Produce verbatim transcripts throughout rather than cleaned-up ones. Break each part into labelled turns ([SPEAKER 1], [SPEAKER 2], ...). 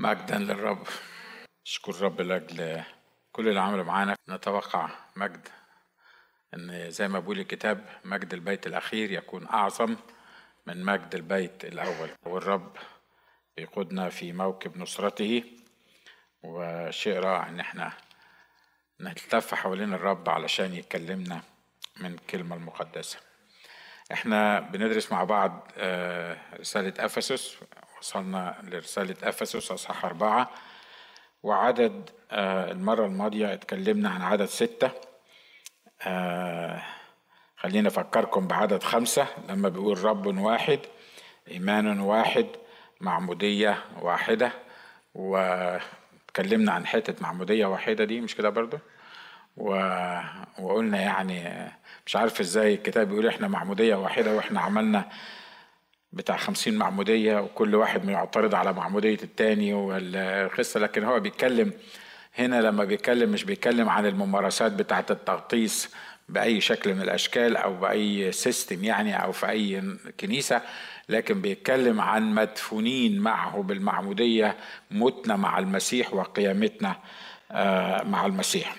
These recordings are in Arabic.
[SPEAKER 1] مجدا للرب. اشكر الرب لاجل كل اللي عمله معانا. نتوقع مجد ان زي ما بيقول الكتاب مجد البيت الاخير يكون اعظم من مجد البيت الاول، والرب يقودنا في موكب نصرته. وشيء رائع ان احنا نلتف حوالين الرب علشان يكلمنا من الكلمة المقدسة. احنا بندرس مع بعض رسالة افسس، وصلنا لرسالة افسس اصحاح اربعة، وعدد المرة الماضية اتكلمنا عن عدد ستة. خلينا افكركم بعدد خمسة لما بيقول رب واحد، ايمان واحد، معمودية واحدة. واتكلمنا عن حتة معمودية واحدة دي، مش كده برضو؟ و... وقلنا يعني مش عارف ازاي الكتاب بيقول احنا معمودية واحدة واحنا عملنا بتاع خمسين معمودية وكل واحد يعترض على معمودية التاني والقصة. لكن هو بيتكلم هنا، لما بيتكلم مش بيتكلم عن الممارسات بتاعة التغطيس بأي شكل من الأشكال أو بأي سيستم يعني أو في أي كنيسة، لكن بيتكلم عن مدفونين معه بالمعمودية، متنا مع المسيح وقيامتنا مع المسيح.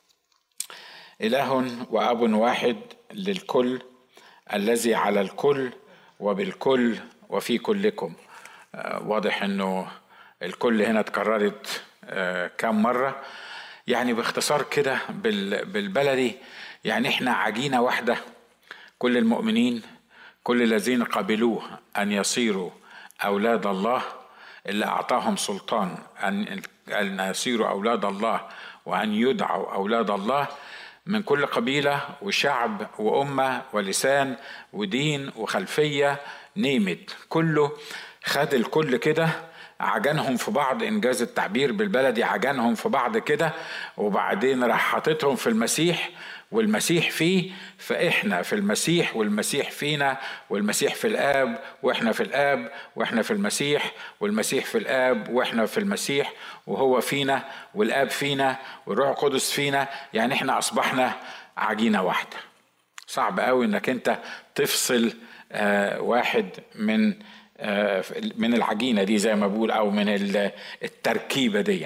[SPEAKER 1] إله وأب واحد للكل، الذي على الكل وبالكل وفي كلكم. واضح انه الكل هنا اتكررت كم مرة. يعني باختصار كده بالبلدي، يعني احنا عجينة واحدة، كل المؤمنين، كل الذين قبلوه أن يصيروا أولاد الله، اللي أعطاهم سلطان أن يصيروا أولاد الله وأن يدعوا أولاد الله، من كل قبيلة وشعب وأمة ولسان ودين وخلفية نيمت، كله خد الكل كده، عجنهم في بعض، إنجاز التعبير بالبلدي، عجنهم في بعض كده، وبعدين راح حاططهم في المسيح والمسيح فيه. فإحنا في المسيح والمسيح فينا، والمسيح في الآب وإحنا في الآب، وإحنا في المسيح والمسيح في الآب وإحنا في المسيح، وهو فينا والآب فينا والروح القدس فينا. يعني إحنا أصبحنا عجينة واحدة. صعب قوي إنك أنت تفصل آه واحد من آه من العجينة دي زي ما بقول، أو من التركيبة دي.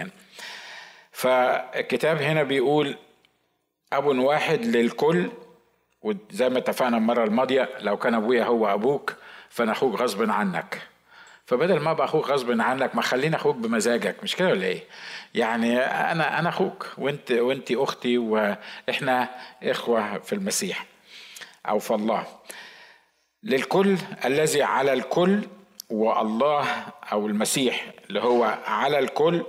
[SPEAKER 1] فالكتاب هنا بيقول أب واحد للكل، وزي ما اتفقنا المرة الماضية لو كان أبويا هو أبوك فأنا أخوك غصب عنك، فبدل ما أبقى أخوك غصب عنك ما خلينا أخوك بمزاجك، مش كده ولا إيه؟ يعني أنا أنا أخوك وأنت وأنت أختي، وإحنا إخوة في المسيح أو في الله. للكل الذي على الكل، والله أو المسيح اللي هو على الكل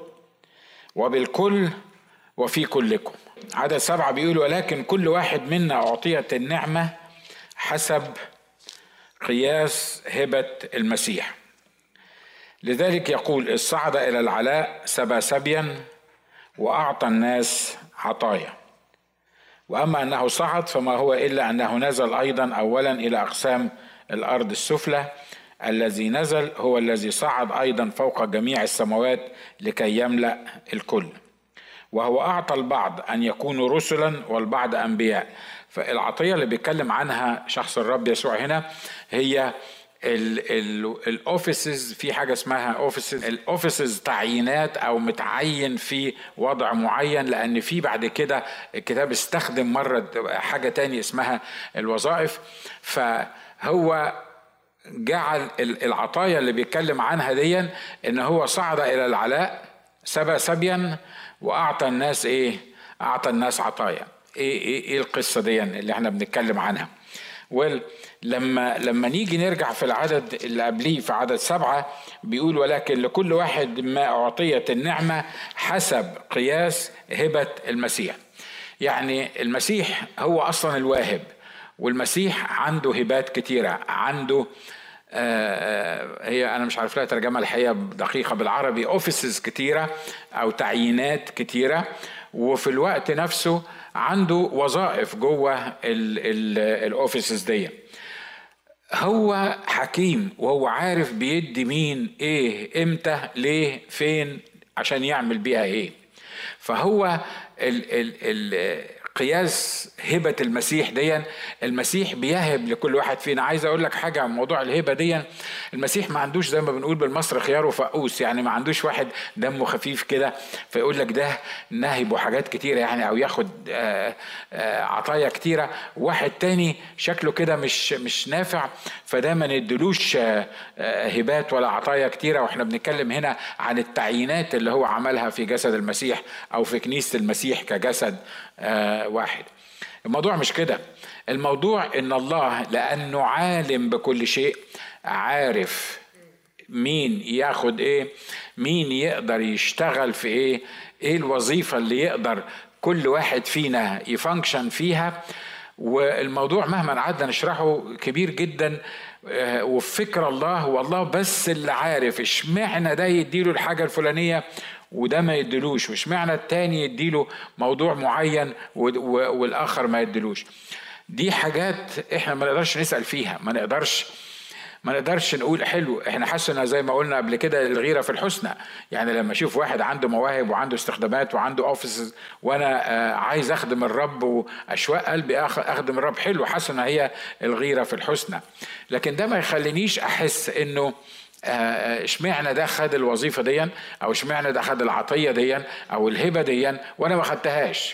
[SPEAKER 1] وبالكل وفي كلكم. عدد سبعة بيقول ولكن كل واحد منا أعطيت النعمة حسب قياس هبة المسيح. لذلك يقول الصعد إلى العلاء سبى سبيا وأعطى الناس عطايا. وأما أنه صعد فما هو إلا أنه نزل أيضا أولا إلى أقسام الأرض السفلى. الذي نزل هو الذي صعد أيضا فوق جميع السماوات لكي يملأ الكل. وهو أعطى البعض أن يكونوا رسلا والبعض أنبياء. فالعطية اللي بيتكلم عنها شخص الرب يسوع هنا هي الاوفيسز. في حاجة اسمها اوفيسز، الاوفيسز تعيينات أو متعين في وضع معين، لأن في بعد كده الكتاب استخدم مرة حاجة تاني اسمها الوظائف. فهو جعل العطايا اللي بيتكلم عنها دي إن هو صعد إلى العلاء سبى سبيا وأعطى الناس إيه؟ أعطى الناس عطايا. إيه إيه إيه القصة دي اللي إحنا بنتكلم عنها؟ ولما لما نيجي نرجع في العدد اللي قبليه في عدد سبعة بيقول ولكن لكل واحد ما أعطيت النعمة حسب قياس هبة المسيح. يعني المسيح هو أصلا الواهب، والمسيح عنده هبات كتيرة، عنده آه هي أنا مش عارف لها ترجمة الحقيقة دقيقة بالعربي، أوفيسز كتيرة أو تعيينات كتيرة، وفي الوقت نفسه عنده وظائف جوه الأوفيسز دي. هو حكيم وهو عارف بيدي مين إيه إمتى ليه فين عشان يعمل بيها إيه. فهو ال ال ال قياس هبة المسيح دي. المسيح بيهب لكل واحد فينا. عايز اقول لك حاجة عن موضوع الهبة دي. المسيح ما عندوش زي ما بنقول بالمصري خيار وفقوس، يعني ما عندوش واحد دمه خفيف كده فيقول لك ده ناهب حاجات كتيرة يعني، او ياخد آآ آآ عطايا كتيرة، واحد تاني شكله كده مش مش نافع فده ما ندلوش هبات ولا عطايا كتيرة. واحنا بنتكلم هنا عن التعيينات اللي هو عملها في جسد المسيح او في كنيسة المسيح كجسد واحد. الموضوع مش كده. الموضوع ان الله لانه عالم بكل شيء عارف مين ياخد ايه، مين يقدر يشتغل في ايه، ايه الوظيفة اللي يقدر كل واحد فينا يفانكشن فيها. والموضوع مهما قعدنا نشرحه كبير جدا، وفكر الله والله بس اللي عارف اشمعنى ده يديله الحاجة الفلانية وده ما يدلوش، واشمعنى التاني يديله موضوع معين والاخر ما يدلوش. دي حاجات احنا ما نقدرش نسأل فيها، ما نقدرش ما نقدرش نقول حلو. احنا حسنا زي ما قلنا قبل كده الغيرة في الحسنى، يعني لما اشوف واحد عنده مواهب وعنده استخدامات وعنده اوفيسز وانا عايز اخدم الرب واشواق قلبي اخدم الرب، حلو، حسنا هي الغيرة في الحسنى. لكن ده ما يخلينيش احس انه اشمعنى ده خد الوظيفة دي، او اشمعنى ده خد العطية دي او الهبة دي وانا ما خدتهاش.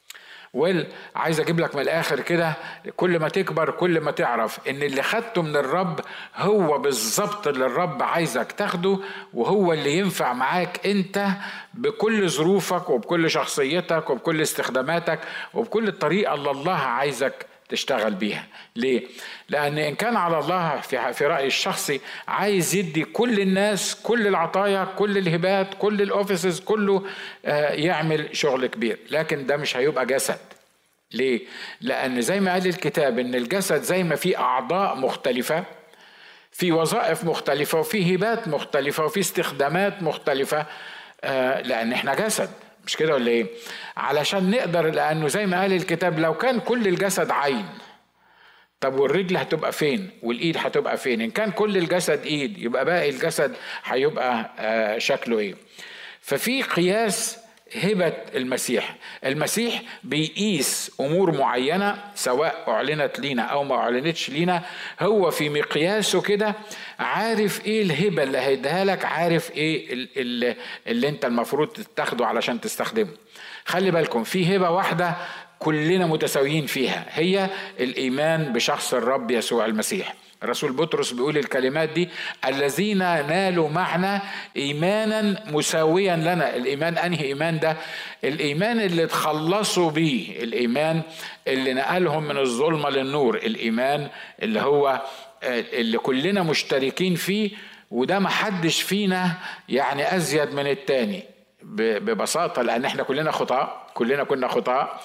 [SPEAKER 1] وعايز اجيب لك من الاخر كده، كل ما تكبر كل ما تعرف ان اللي خدته من الرب هو بالظبط اللي الرب عايزك تاخده، وهو اللي ينفع معاك انت بكل ظروفك وبكل شخصيتك وبكل استخداماتك وبكل الطريقة اللي الله عايزك تشتغل بيها. ليه؟ لأن إن كان على الله في, في رأيي الشخصي عايز يدي كل الناس كل العطايا كل الهبات كل الأوفيسز كله يعمل شغل كبير، لكن ده مش هيبقى جسد. ليه؟ لأن زي ما قال الكتاب إن الجسد زي ما في أعضاء مختلفة، في وظائف مختلفة وفي هبات مختلفة وفي استخدامات مختلفة، لأن إحنا جسد، مش كده ولا ايه؟ علشان نقدر، لانه زي ما قال الكتاب لو كان كل الجسد عين، طب والرجل هتبقى فين والايد هتبقى فين؟ ان كان كل الجسد ايد يبقى باقي الجسد هيبقى آه شكله ايه؟ ففي قياس هبة المسيح. المسيح بيقيس امور معينة سواء اعلنت لينا او ما اعلنتش لينا، هو في مقياسه كده عارف ايه الهبة اللي هيديها لك، عارف ايه اللي, اللي انت المفروض تاخده علشان تستخدمه. خلي بالكم في هبة واحدة كلنا متساويين فيها، هي الايمان بشخص الرب يسوع المسيح. الرسول بطرس بيقول الكلمات دي: الذين نالوا معنا إيمانا مساويا لنا. الإيمان أنهي إيمان ده؟ الإيمان اللي تخلصوا بيه، الإيمان اللي نقلهم من الظلمة للنور، الإيمان اللي هو اللي كلنا مشتركين فيه، وده ما حدش فينا يعني أزيد من التاني ببساطة، لأن احنا كلنا خطاء، كلنا كنا خطاء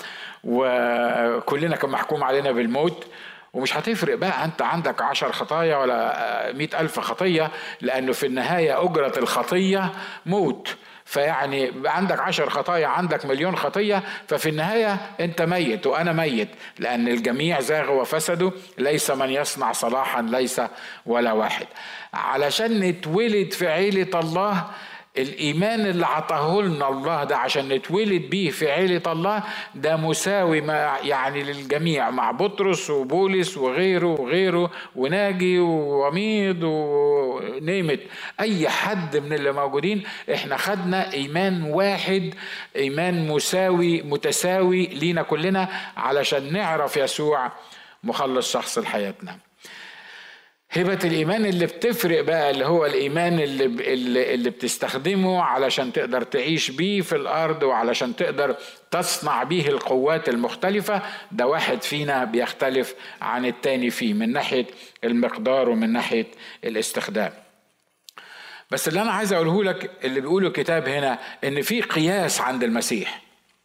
[SPEAKER 1] وكلنا كان محكوم علينا بالموت. ومش هتفرق بقى انت عندك عشر خطايا ولا مئة الف خطية، لانه في النهاية اجرة الخطية موت. فيعني عندك عشر خطايا عندك مليون خطية، ففي النهاية انت ميت وانا ميت، لان الجميع زاغوا وفسدوا، ليس من يصنع صلاحا ليس ولا واحد. علشان نتولد في عيلة الله، الإيمان اللي عطاه لنا الله ده عشان نتولد بيه في عيلة الله ده مساوي مع يعني للجميع، مع بطرس وبولس وغيره وغيره وناجي وعميد ونيمت أي حد من اللي موجودين. احنا خدنا إيمان واحد، إيمان مساوي متساوي لينا كلنا علشان نعرف يسوع مخلص شخص لحياتنا. هبة الإيمان اللي بتفرق بقى اللي هو الإيمان اللي, اللي بتستخدمه علشان تقدر تعيش بيه في الأرض وعلشان تقدر تصنع بيه القوات المختلفة، ده واحد فينا بيختلف عن التاني فيه من ناحية المقدار ومن ناحية الاستخدام. بس اللي أنا عايز أقوله لك اللي بيقوله الكتاب هنا إن في قياس عند المسيح.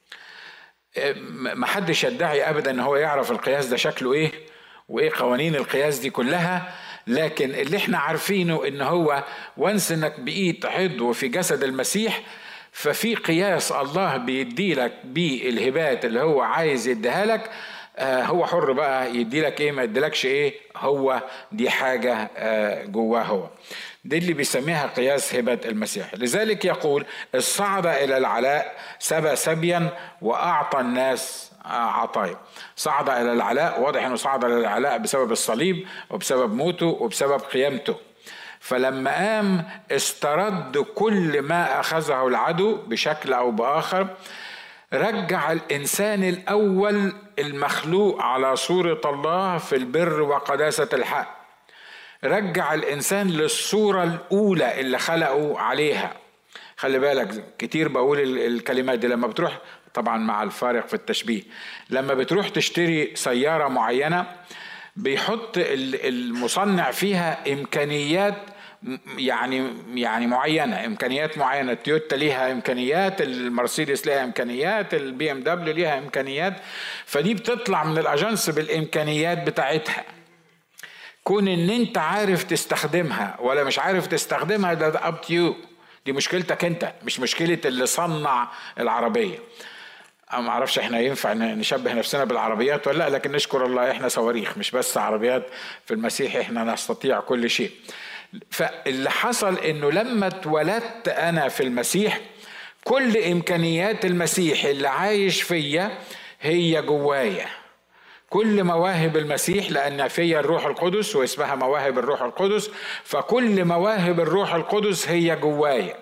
[SPEAKER 1] محدش يدعي أبدا إن هو يعرف القياس ده شكله إيه وإيه قوانين القياس دي كلها، لكن اللي احنا عارفينه ان هو وانس انك بقيت عضو في جسد المسيح، ففي قياس الله بيدي لك بيه الهبات اللي هو عايز يديها لك. آه هو حر بقى يدي لك ايه ما يديلكش ايه، هو دي حاجة آه جواه هو. دي اللي بيسميها قياس هبة المسيح. لذلك يقول الصعد إلى العلاء سبى سبيا وأعطى الناس عطايا. صعد إلى العلاء، واضح أنه صعد إلى العلاء بسبب الصليب وبسبب موته وبسبب قيامته. فلما قام استرد كل ما أخذه العدو بشكل أو بآخر، رجع الإنسان الأول المخلوق على صورة الله في البر وقداسة الحق، رجع الإنسان للصورة الأولى اللي خلقه عليها. خلي بالك كتير بقول الكلمات دي لما بتروح، طبعا مع الفارق في التشبيه، لما بتروح تشتري سيارة معينة بيحط المصنع فيها إمكانيات يعني يعني معينة، إمكانيات معينة. تويوتا ليها إمكانيات، المرسيدس ليها إمكانيات، البي ام دبليو ليها إمكانيات، فدي بتطلع من الأجنس بالإمكانيات بتاعتها. كون إن أنت عارف تستخدمها ولا مش عارف تستخدمها ده up to you، دي مشكلتك أنت، مش مشكلة اللي صنع العربية. أنا ما أعرفش إحنا ينفع نشبه نفسنا بالعربيات ولا لا، لكن نشكر الله إحنا صواريخ مش بس عربيات. في المسيح إحنا نستطيع كل شيء. فاللي حصل إنه لما اتولدت أنا في المسيح، كل إمكانيات المسيح اللي عايش فيا هي جوايا. كل مواهب المسيح، لأن فيا الروح القدس واسمها مواهب الروح القدس، فكل مواهب الروح القدس هي جوايا.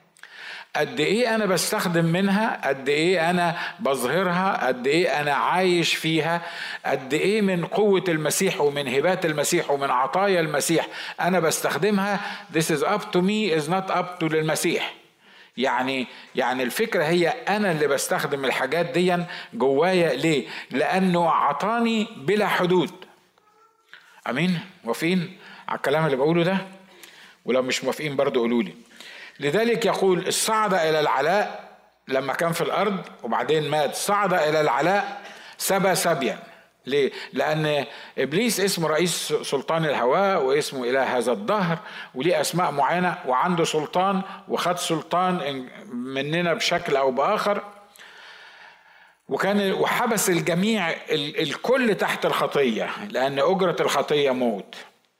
[SPEAKER 1] قد ايه انا بستخدم منها، قد ايه انا بظهرها، قد ايه انا عايش فيها، قد ايه من قوة المسيح ومن هبات المسيح ومن عطايا المسيح انا بستخدمها. This is up to me is not up to للمسيح. يعني يعني الفكرة هي انا اللي بستخدم الحاجات دي جوايا. ليه؟ لانه عطاني بلا حدود. امين؟ موافقين على الكلام اللي بقوله ده؟ ولو مش موافقين برضو قولوا لي. لذلك يقول الصعد إلى العلاء لما كان في الأرض وبعدين مات، صعد إلى العلاء سبى سبيا. ليه؟ لأن إبليس اسمه رئيس سلطان الهواء واسمه إله هذا الدهر وليه أسماء معينة وعنده سلطان وخد سلطان مننا بشكل أو بآخر، وكان وحبس الجميع الكل تحت الخطية، لأن أجرة الخطية موت.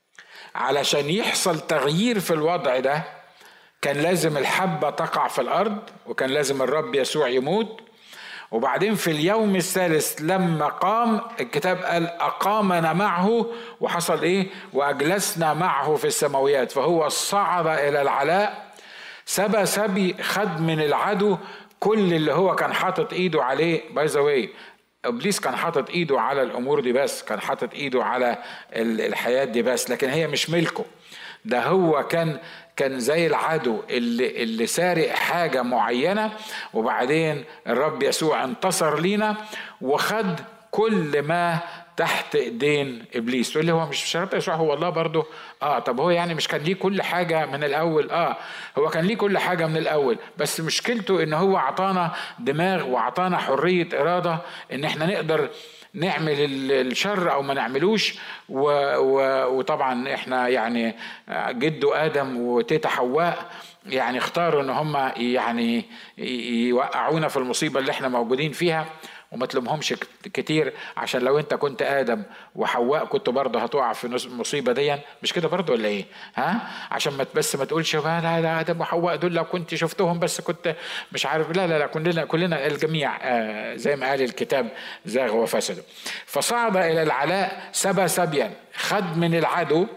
[SPEAKER 1] علشان يحصل تغيير في الوضع ده كان لازم الحبة تقع في الأرض، وكان لازم الرب يسوع يموت، وبعدين في اليوم الثالث لما قام الكتاب قال أقامنا معه، وحصل إيه؟ وأجلسنا معه في السماويات. فهو صعد إلى العلاء سبى سبي، خد من العدو كل اللي هو كان حاطط إيده عليه. باي ذا واي إبليس كان حاطط إيده على الأمور دي بس، كان حاطط إيده على الحياة دي بس، لكن هي مش ملكه. ده هو كان كان زي العدو اللي, اللي سارق حاجة معينة، وبعدين الرب يسوع انتصر لينا وخد كل ما تحت ايدين ابليس. تقول لي هو مش شرط يسوع هو الله برضه؟ اه طب هو يعني مش كان ليه كل حاجة من الاول؟ اه هو كان ليه كل حاجة من الاول، بس مشكلته ان هو عطانا دماغ وعطانا حرية ارادة ان احنا نقدر نعمل الشر او ما نعملوش. و و وطبعا احنا يعني جده ادم وتيتا حواء يعني اختاروا ان هم يعني يوقعونا في المصيبة اللي احنا موجودين فيها، وما تلومهمش كتير، عشان لو انت كنت ادم وحواء كنت برضه هتقع في المصيبه دي، مش كده برضه ولا ايه؟ ها عشان ما بس ما تقولش لا لا ادم وحواء دول لو كنت شفتهم بس كنت مش عارف. لا لا لا كلنا كلنا الجميع آه زي ما قال الكتاب زاغوا وفسدوا. فصعد الى العلاء سبى سبيا، خد من العدو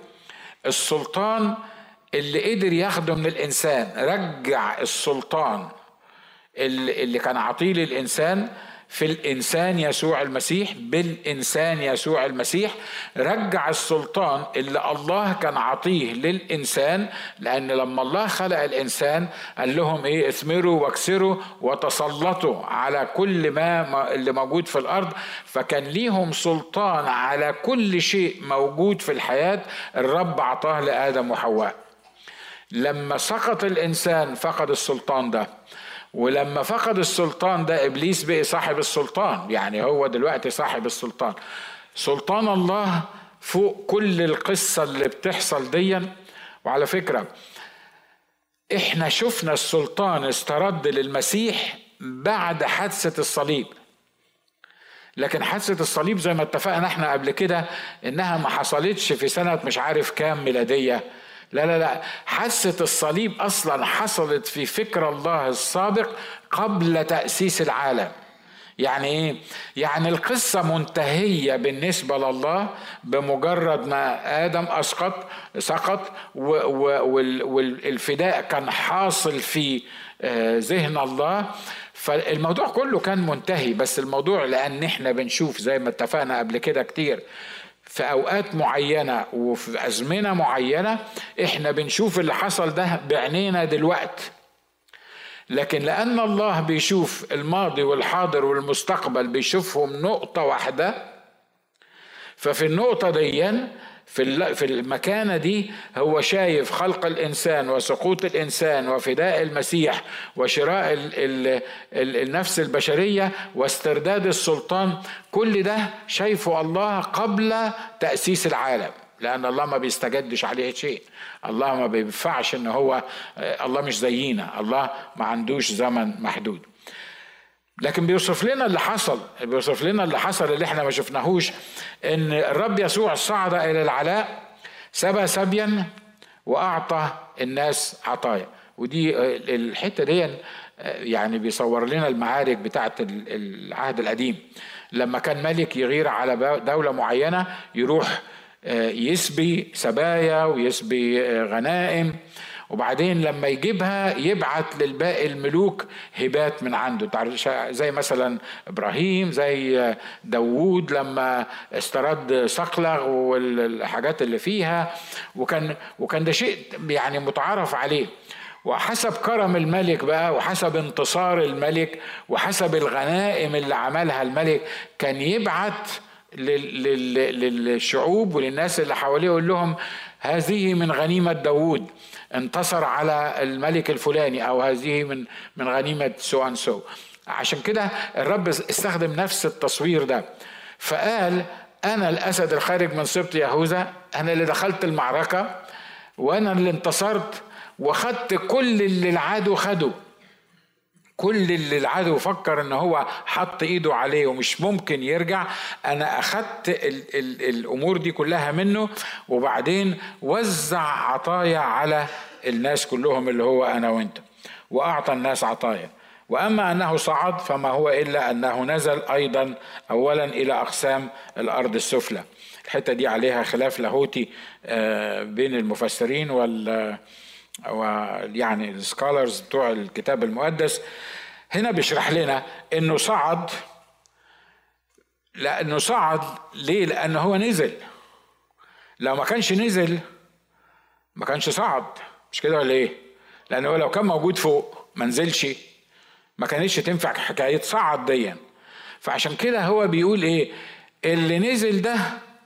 [SPEAKER 1] السلطان اللي قدر ياخده من الانسان، رجع السلطان اللي, اللي كان عطيه للانسان في الإنسان يسوع المسيح، بالإنسان يسوع المسيح رجع السلطان اللي الله كان عطيه للإنسان. لأن لما الله خلق الإنسان قال لهم إيه؟ اثمروا واكسروا وتسلطوا على كل ما اللي موجود في الأرض، فكان ليهم سلطان على كل شيء موجود في الحياة الرب عطاه لآدم وحواء. لما سقط الإنسان فقد السلطان ده، ولما فقد السلطان ده إبليس بقي صاحب السلطان. يعني هو دلوقتي صاحب السلطان. سلطان الله فوق كل القصة اللي بتحصل دي. وعلى فكرة احنا شفنا السلطان استرد للمسيح بعد حادثة الصليب، لكن حادثة الصليب زي ما اتفقنا احنا قبل كده انها ما حصلتش في سنة مش عارف كام ميلادية، لا لا لا، حادثة الصليب أصلا حصلت في فكر الله السابق قبل تأسيس العالم. يعني ايه؟ يعني القصة منتهية بالنسبة لله بمجرد ما آدم أسقط سقط، والفداء كان حاصل في ذهن الله، فالموضوع كله كان منتهي. بس الموضوع لأن احنا بنشوف زي ما اتفقنا قبل كده كتير في أوقات معينة وفي أزمنة معينة احنا بنشوف اللي حصل ده بعينينا دلوقتي، لكن لأن الله بيشوف الماضي والحاضر والمستقبل بيشوفهم نقطة واحدة، ففي النقطة دي في المكانة دي هو شايف خلق الإنسان وسقوط الإنسان وفداء المسيح وشراء ال ال ال النفس البشرية واسترداد السلطان. كل ده شايفه الله قبل تأسيس العالم، لأن الله ما بيستجدش عليه شيء. الله ما بينفعش إن هو الله مش زينا، الله ما عندوش زمن محدود. لكن بيوصف لنا اللي حصل، بيوصف لنا اللي حصل اللي احنا ما شفناهوش، ان الرب يسوع صعد الى العلاء سبى سبيا واعطى الناس عطايا. ودي الحته دي يعني بيصور لنا المعارك بتاعه العهد القديم، لما كان ملك يغير على دوله معينه يروح يسبي سبايا ويسبي غنائم، وبعدين لما يجيبها يبعت للباقي الملوك هبات من عنده، زي مثلا إبراهيم، زي داوود لما استرد صقلغ والحاجات اللي فيها، وكان وكان ده شيء يعني متعارف عليه. وحسب كرم الملك بقى وحسب انتصار الملك وحسب الغنائم اللي عملها الملك كان يبعت للشعوب وللناس اللي حواليه يقول لهم هذه من غنيمة داوود انتصر على الملك الفلاني، او هذه من من غنيمة سو ان سو. عشان كده الرب استخدم نفس التصوير ده، فقال انا الاسد الخارج من سبط يهوذا، انا اللي دخلت المعركة وانا اللي انتصرت وخدت كل اللي العدو خده، كل اللي العدو فكر ان هو حط ايده عليه ومش ممكن يرجع، انا اخدت ال ال الامور دي كلها منه، وبعدين وزع عطايا على الناس كلهم اللي هو انا وانت، واعطى الناس عطايا. واما انه صعد فما هو الا انه نزل ايضا اولا الى اقسام الارض السفلى. الحته دي عليها خلاف لاهوتي بين المفسرين وال يعني السكولرز بتوع الكتاب المقدس. هنا بيشرح لنا انه صعد، لانه صعد ليه؟ لانه هو نزل. لو ما كانش نزل ما كانش صعد، مش كده ولا ايه؟ لانه لو كان موجود فوق ما نزلش ما كانتش تنفع حكايه صعد دي. فعشان كده هو بيقول ايه؟ اللي نزل ده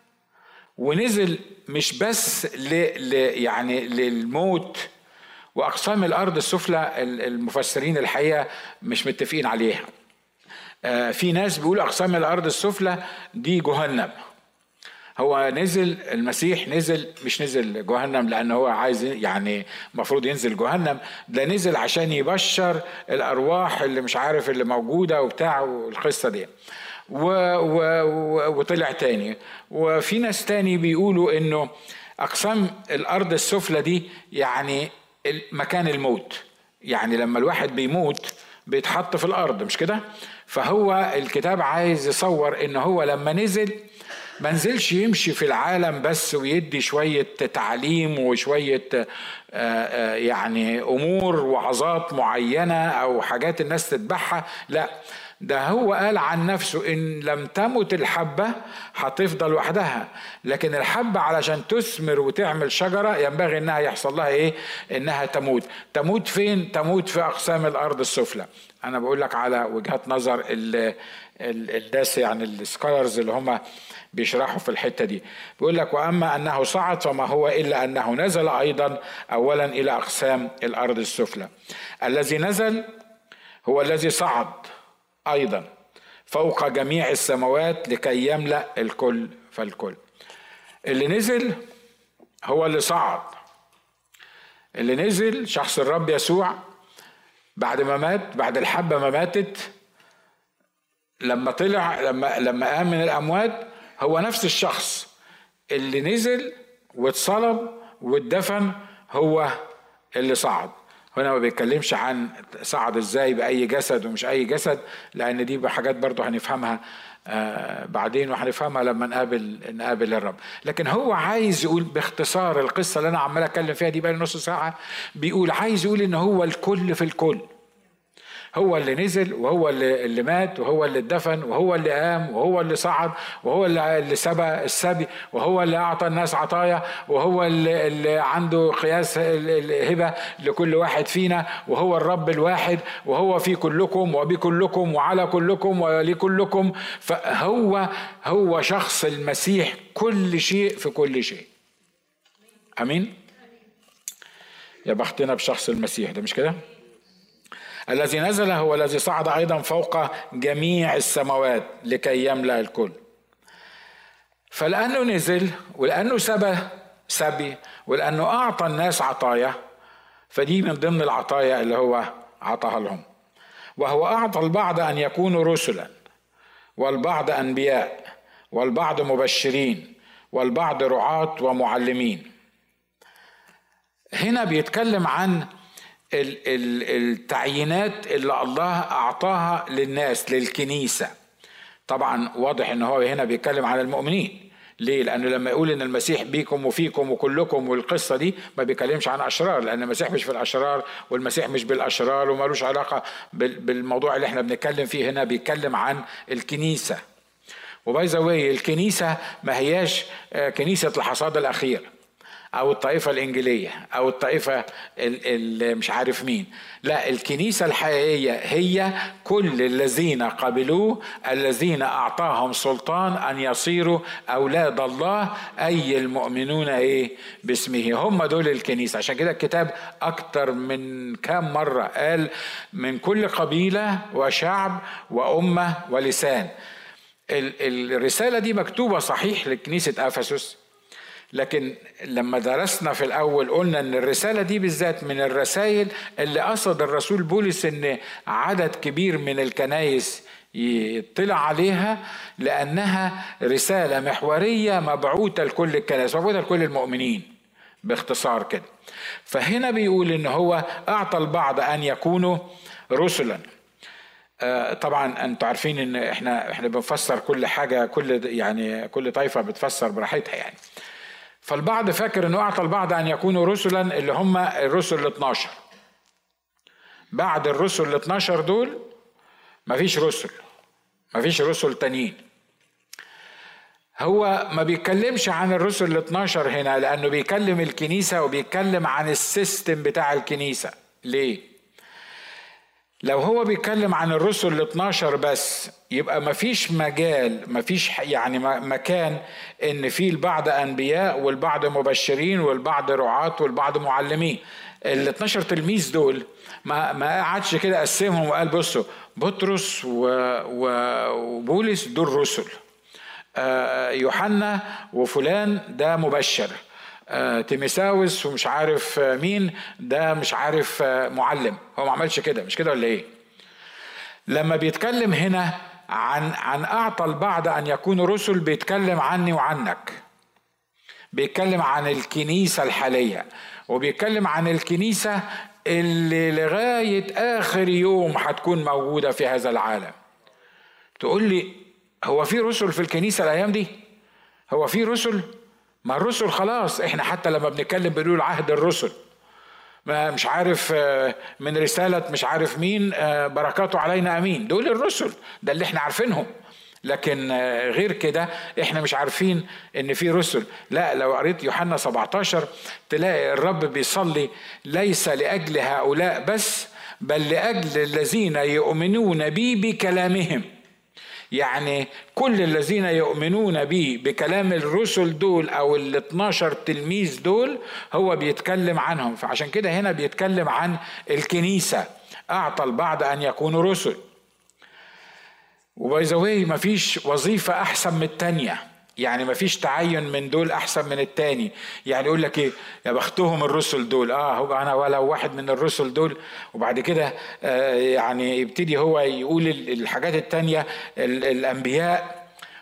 [SPEAKER 1] ونزل مش بس ل... ل... يعني للموت. واقسام الارض السفلى المفسرين الحقيقه مش متفقين عليها. آه في ناس بيقول اقسام الارض السفلى دي جهنم. هو نزل المسيح نزل مش نزل جهنم لانه هو عايز يعني مفروض ينزل جهنم، ده نزل عشان يبشر الارواح اللي مش عارف اللي موجوده وبتاع والقصه دي، و و وطلع تاني. وفي ناس تاني بيقولوا انه اقسام الارض السفلى دي يعني مكان الموت، يعني لما الواحد بيموت بيتحط في الارض، مش كده؟ فهو الكتاب عايز يصور ان هو لما نزل ما نزلش يمشي في العالم بس ويدي شوية تعليم وشوية يعني امور وعظات معينة او حاجات الناس تتبعها، لا، ده هو قال عن نفسه إن لم تمت الحبة هتفضل وحدها، لكن الحبة علشان تثمر وتعمل شجرة ينبغي إنها يحصل لها إيه؟ إنها تموت. تموت فين؟ تموت في أقسام الأرض السفلى. أنا بقول لك على وجهات نظر الناس يعني السكولرز اللي هم بيشرحوا في الحتة دي. بيقول لك وأما أنه صعد فما هو إلا أنه نزل أيضا أولا إلى أقسام الأرض السفلى. الذي نزل هو الذي صعد أيضا فوق جميع السماوات لكي يملأ الكل فالكل. اللي نزل هو اللي صعد. اللي نزل شخص الرب يسوع بعد ما مات، بعد الحبة ما ماتت، لما طلع لما لما قام من الأموات هو نفس الشخص اللي نزل واتصلب واتدفن هو اللي صعد. هنا ما بيتكلمش عن صعد ازاي بأي جسد ومش أي جسد، لأن دي بحاجات برضو هنفهمها آه بعدين، وهنفهمها لما نقابل نقابل الرب. لكن هو عايز يقول باختصار القصة اللي أنا عمال أتكلم فيها دي بقى نص ساعة، بيقول عايز يقول إن هو الكل في الكل، هو اللي نزل وهو اللي, اللي مات وهو اللي اتدفن وهو اللي قام وهو اللي صعد وهو اللي, اللي سبى السبي وهو اللي أعطى الناس عطايا وهو اللي, اللي عنده قياس الهبة لكل واحد فينا، وهو الرب الواحد، وهو في كلكم وبكلكم وعلى كلكم ولكلكم. فهو هو شخص المسيح، كل شيء في كل شيء. أمين. يا بختنا بشخص المسيح ده، مش كده؟ الذي نزل هو الذي صعد أيضا فوق جميع السماوات لكي يملأ الكل. فلأنه نزل ولأنه سبى سبي ولأنه أعطى الناس عطايا، فدي من ضمن العطايا اللي هو عطاها لهم. وهو أعطى البعض أن يكونوا رسلا، والبعض أنبياء، والبعض مبشرين، والبعض رعاة ومعلمين. هنا بيتكلم عن التعيينات اللي الله أعطاها للناس للكنيسة. طبعا واضح ان هو هنا بيتكلم عن المؤمنين. ليه؟ لأنه لما يقول ان المسيح بيكم وفيكم وكلكم والقصة دي ما بيتكلمش عن أشرار، لأن المسيح مش في الأشرار والمسيح مش بالأشرار ومالوش علاقة بالموضوع اللي احنا بنتكلم فيه هنا. بيتكلم عن الكنيسة. وباي ذا واي الكنيسة ما هياش كنيسة الحصاد الأخير أو الطائفة الإنجيلية أو الطائفة اللي مش عارف مين. لا، الكنيسة الحقيقية هي كل الذين قبلوه، الذين أعطاهم سلطان أن يصيروا أولاد الله، أي المؤمنون إيه باسمه، هم دول الكنيسة. عشان كده الكتاب أكتر من كام مرة قال من كل قبيلة وشعب وأمة ولسان. الرسالة دي مكتوبة صحيح لكنيسة أفسس، لكن لما درسنا في الأول قلنا أن الرسالة دي بالذات من الرسائل اللي قصد الرسول بولس أن عدد كبير من الكنائس يطلع عليها، لأنها رسالة محورية مبعوثة لكل الكنائس، مبعوثة لكل المؤمنين باختصار كده. فهنا بيقول أنه هو أعطى البعض أن يكونوا رسلا. طبعا انتوا عارفين ان احنا احنا بنفسر كل حاجة، كل يعني كل طائفة بتفسر براحتها يعني. فالبعض فاكر انه اعطى البعض ان يكونوا رسلا اللي هم الرسل الاثناشر. بعد الرسل الاثناشر دول مفيش رسل، مفيش رسل تانيين. هو ما بيتكلمش عن الرسل الاثناشر هنا لانه بيكلم الكنيسة وبيتكلم عن السيستم بتاع الكنيسة. ليه؟ لو هو بيتكلم عن الرسل الاثناشر بس يبقى مفيش مجال، مفيش يعني مكان ان في البعض انبياء والبعض مبشرين والبعض رعاة والبعض معلمين. ال اثناشر تلميذ دول ما ما قعدش كده قسمهم وقال بصوا بطرس وبولس دول رسل، يوحنا وفلان ده مبشر، تيموثاوس ومش عارف مين ده مش عارف معلم. هو ما عملش كده، مش كده ولا ايه؟ لما بيتكلم هنا عن عن اعطى البعض ان يكونوا رسل، بيتكلم عني وعنك، بيتكلم عن الكنيسة الحالية، وبيتكلم عن الكنيسة اللي لغاية اخر يوم هتكون موجودة في هذا العالم. تقول لي هو في رسل في الكنيسة الايام دي؟ هو في رسل؟ ما الرسل خلاص، احنا حتى لما بنتكلم بنقول عهد الرسل، ما مش عارف من رسالة مش عارف مين بركاته علينا امين، دول الرسل، ده اللي احنا عارفينهم. لكن غير كده احنا مش عارفين ان في رسل. لا، لو قريت يوحنا سبعتاشر تلاقي الرب بيصلي ليس لأجل هؤلاء بس بل لأجل الذين يؤمنون بي بكلامهم. يعني كل الذين يؤمنون بي بكلام الرسل دول او ال اثناشر تلميذ دول هو بيتكلم عنهم. فعشان كده هنا بيتكلم عن الكنيسة. اعطى البعض ان يكونوا رسل. وباي ذا واي مفيش وظيفة احسن من التانية، يعني مفيش تعين من دول احسن من التاني. يعني يقول لك ايه يا بختهم الرسل دول، اه هو انا ولا واحد من الرسل دول. وبعد كده آه يعني يبتدي هو يقول الحاجات التانية الانبياء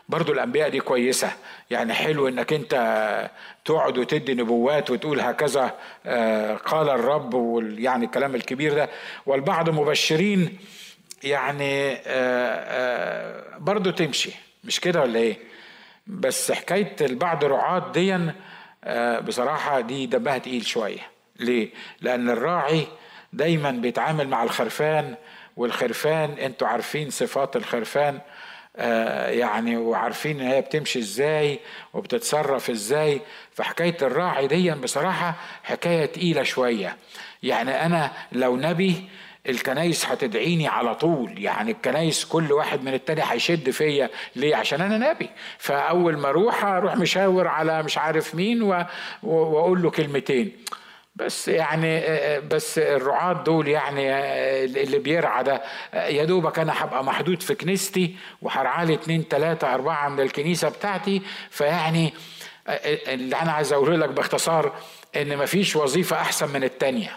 [SPEAKER 1] برضو الأنبياء دي كويسة، يعني حلو إنك أنت تقعد وتدي نبوات وتقول هكذا قال الرب، يعني الكلام الكبير ده. والبعض مبشرين يعني برضو تمشي، مش كده ولا إيه؟ بس حكاية البعض رعاة دي بصراحة دي دمها تقيل شوية. ليه؟ لأن الراعي دايما بيتعامل مع الخرفان، والخرفان انتوا عارفين صفات الخرفان آه يعني، وعارفين ان هي بتمشي ازاي وبتتصرف ازاي. فحكاية الراعي دي بصراحة حكاية تقيلة شوية. يعني انا لو نبي الكنايس هتدعيني على طول، يعني الكنايس كل واحد من التاني هيشد فيا. ليه؟ عشان انا نبي. فاول ما اروح اروح مشاور على مش عارف مين و... واقول له كلمتين بس. يعني بس الرعاة دول يعني اللي بيرعى ده يا دوبك انا هبقى محدود في كنيستي وهرعالي اتنين تلاتة اربعة من الكنيسة بتاعتي. فيعني اللي انا عايز اقوله لك باختصار ان مفيش وظيفة احسن من التانية.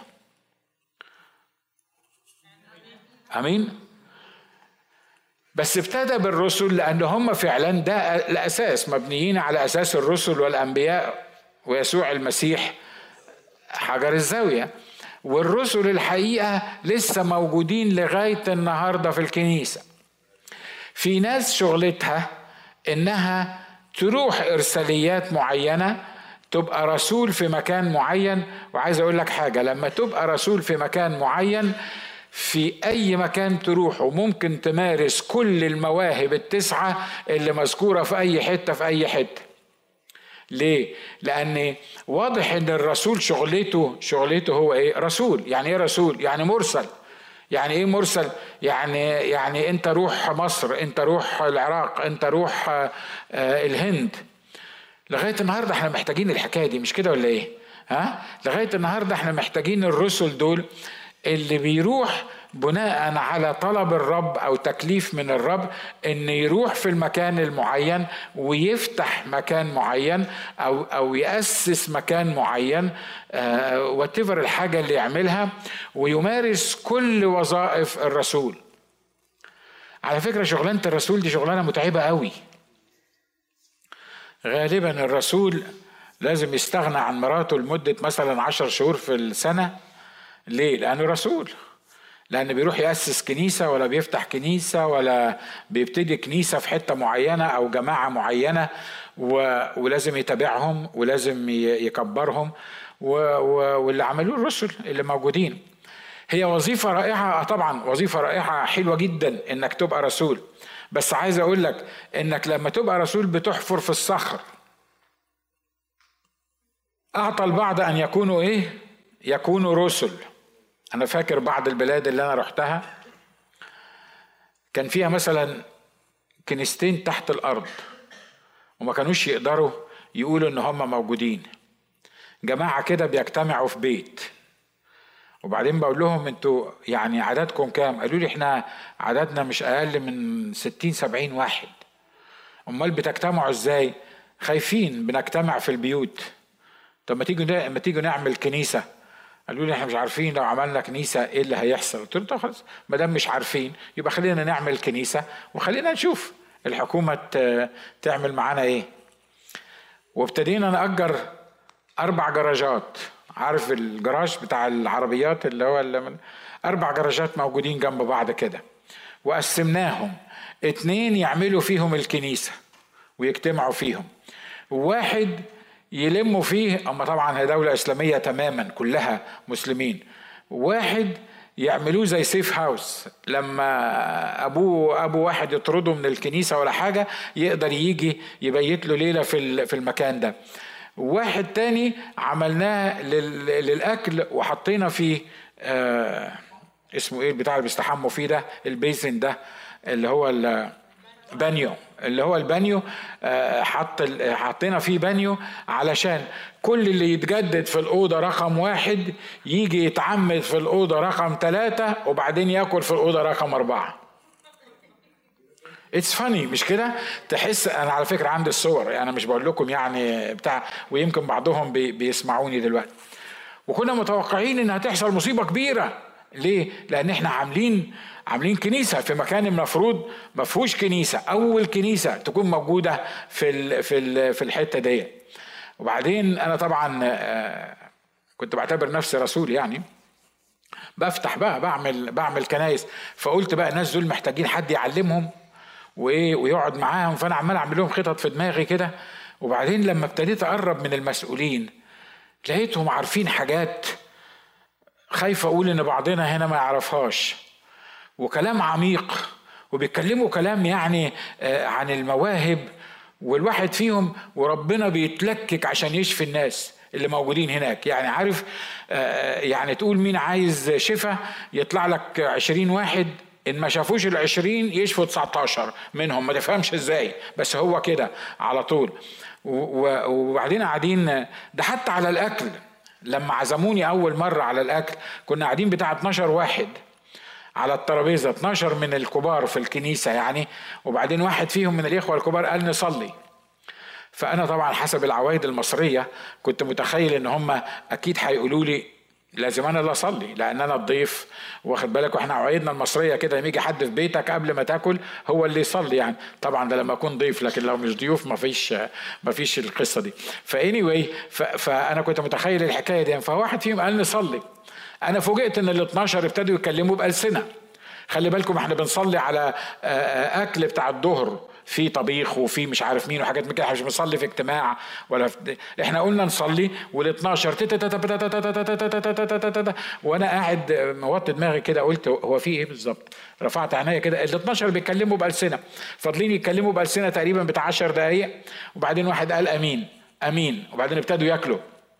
[SPEAKER 1] امين. بس ابتدى بالرسل لان هم فعلا ده الاساس، مبنيين على اساس الرسل والانبياء ويسوع المسيح حجر الزاوية. والرسل الحقيقة لسه موجودين لغاية النهاردة في الكنيسة. في ناس شغلتها انها تروح ارساليات معينة، تبقى رسول في مكان معين. وعايز اقول لك حاجة، لما تبقى رسول في مكان معين في اي مكان تروحه ممكن تمارس كل المواهب التسعة اللي مذكورة في اي حتة في اي حتة. ليه؟ لأن واضح ان الرسول شغلته شغلته هو ايه؟ رسول. يعني ايه رسول؟ يعني مرسل. يعني ايه مرسل؟ يعني يعني انت روح مصر، انت روح العراق، انت روح آه الهند. لغاية النهاردة احنا محتاجين الحكاية دي، مش كده ولا ايه؟ ها؟ لغاية النهاردة احنا محتاجين الرسل دول اللي بيروح بناء على طلب الرب او تكليف من الرب ان يروح في المكان المعين ويفتح مكان معين او او يأسس مكان معين آه واتفر الحاجة اللي يعملها، ويمارس كل وظائف الرسول. على فكرة شغلانة الرسول دي شغلانة متعبة قوي. غالبا الرسول لازم يستغنى عن مراته لمدة مثلا عشر شهور في السنة. ليه؟ لأنه رسول. لأن بيروح يأسس كنيسة ولا بيفتح كنيسة ولا بيبتدي كنيسة في حتة معينة أو جماعة معينة، ولازم يتابعهم ولازم يكبرهم، واللي عملوه الرسل اللي موجودين. هي وظيفة رائعة طبعا، وظيفة رائعة حلوة جدا إنك تبقى رسول. بس عايز أقول لك إنك لما تبقى رسول بتحفر في الصخر. أعطى البعض أن يكونوا إيه؟ يكونوا رسل. أنا فاكر بعض البلاد اللي أنا رحتها كان فيها مثلا كنيستين تحت الأرض وما كانوش يقدروا يقولوا إن هم موجودين. جماعة كده بيجتمعوا في بيت، وبعدين بقول لهم انتوا يعني عددكم كام؟ قالوا لي احنا عددنا مش أقل من ستين سبعين واحد. أمال بتجتمعوا إزاي؟ خايفين بنجتمع في البيوت. طب ما تيجوا ما تيجوا نعمل كنيسة. قالوا لي احنا مش عارفين لو عملنا كنيسة ايه اللي هيحصل. قلت له خلاص ما دام مش عارفين يبقى خلينا نعمل كنيسة وخلينا نشوف الحكومة تعمل معانا ايه. وابتدينا نأجر اربع جراجات. عارف الجراج بتاع العربيات اللي هو اللي من اربع جراجات موجودين جنب بعض كده، وقسمناهم اتنين يعملوا فيهم الكنيسة ويجتمعوا فيهم، وواحد يلموا فيه، اما طبعا هي دولة اسلامية تماما كلها مسلمين، واحد يعملوه زي سيف هاوس لما ابوه ابو واحد يطرده من الكنيسة ولا حاجة يقدر يجي يبيت له ليلة في في المكان ده. واحد تاني عملناه للاكل وحطينا فيه آه اسمه ايه البتاع اللي بيستحموا فيه ده، البيزن ده اللي هو البانيو، اللي هو البانيو حط حطينا فيه بانيو علشان كل اللي يتجدد في الأوضة رقم واحد يجي يتعمد في الأوضة رقم ثلاثة وبعدين يأكل في الأوضة رقم أربعة. It's funny مش كده؟ تحس أنا على فكرة عندي الصور، يعني أنا مش بقول لكم يعني بتاع، ويمكن بعضهم بي بيسمعوني دلوقتي. وكنا متوقعين إنها تحصل مصيبة كبيرة ليه؟ لان احنا عاملين عاملين كنيسه في مكان المفروض ما فيهوش كنيسه. اول كنيسه تكون موجوده في ال في ال في الحته دي. وبعدين انا طبعا كنت بعتبر نفسي رسول، يعني بفتح بقى بعمل بعمل كنايس. فقلت بقى الناس دول محتاجين حد يعلمهم وايه ويقعد معاهم. فانا عمال اعمل لهم خطط في دماغي كده. وبعدين لما ابتديت اقرب من المسؤولين لقيتهم عارفين حاجات خايف اقول ان بعضنا هنا ما يعرفهاش، وكلام عميق، وبيتكلموا كلام يعني عن المواهب والواحد فيهم وربنا بيتلكك عشان يشفي الناس اللي موجودين هناك. يعني عارف يعني تقول مين عايز شفاء يطلع لك عشرين واحد، ان ما شافوش العشرين يشفوا تسعتاشر منهم، ما تفهمش ازاي، بس هو كده على طول. وبعدين قاعدين ده حتى على الاكل. لما عزموني اول مرة على الاكل كنا قاعدين بتاع اتناشر واحد على الترابيزة، اتناشر من الكبار في الكنيسة يعني. وبعدين واحد فيهم من الاخوة الكبار قال نصلي. فانا طبعا حسب العوايد المصرية كنت متخيل ان هم اكيد هيقولوا لي لازم انا اللي اصلي لان انا الضيف، واخد بالك، واحنا عوايدنا المصريه كده لما يجي حد في بيتك قبل ما تاكل هو اللي يصلي يعني. طبعا ده لما اكون ضيف، لكن لو مش ضيوف ما فيش ما فيش القصه دي. فاني واي فانا كنت متخيل الحكايه دي. فواحد فيهم قال نصلي. انا فوجئت ان ال اتناشر ابتدوا يتكلموا بألسنة. خلي بالكم احنا بنصلي على اكل بتاع الظهر في طبيخ وفي مش عارف مين وحاجات من كده، مش بنصلي في اجتماع ولا في... احنا قلنا نصلي وال12 وانا قاعد موطي دماغي كده قلت هو في ايه بالظبط. رفعت عينيا كده ال12 بيتكلموا بألسنة، فاضلين يتكلموا بألسنة تقريبا بتاع عشر دقايق. وبعدين واحد قال امين امين، وبعدين ابتدوا ياكلوا.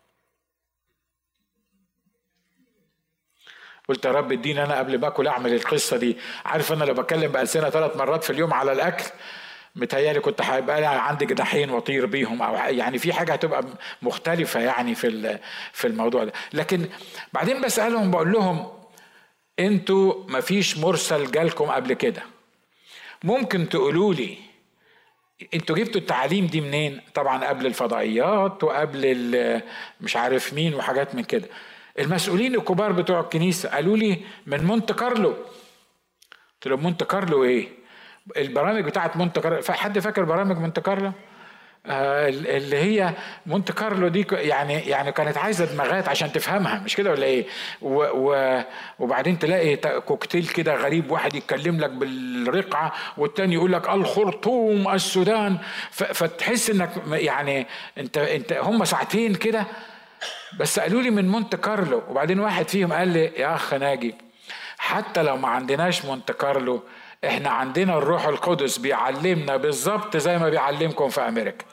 [SPEAKER 1] قلت يا رب اديني انا قبل ما اكل اعمل القصه دي. عارف انا لو بتكلم بألسنة ثلاث مرات في اليوم على الاكل متهيالي كنت هيبقى عندي جناحين واطير بيهم، او يعني في حاجه هتبقى مختلفه يعني في في الموضوع ده. لكن بعدين بسالهم بقول لهم انتوا مفيش مرسل جالكم قبل كده، ممكن تقولوا لي انتوا جبتوا التعليم دي منين؟ طبعا قبل الفضائيات وقبل مش عارف مين وحاجات من كده. المسؤولين الكبار بتوع الكنيسه قالوا لي من مونت كارلو. قلت لهم مونت كارلو ايه؟ البرامج بتاعت مونت كارلو، حد فاكر برامج مونت كارلو؟ آه اللي هي مونت كارلو دي يعني يعني كانت عايزه دماغات عشان تفهمها، مش كده ولا ايه؟ وبعدين تلاقي كوكتيل كده غريب، واحد يتكلم لك بالرقعه والتاني يقول لك الخرطوم السودان، فتحس انك يعني انت انت هم ساعتين كده بس. قالوا لي من مونت كارلو. وبعدين واحد فيهم قال لي يا اخ ناجي حتى لو ما عندناش مونت كارلو احنا عندنا الروح القدس بيعلمنا بالظبط زي ما بيعلمكم في امريكا.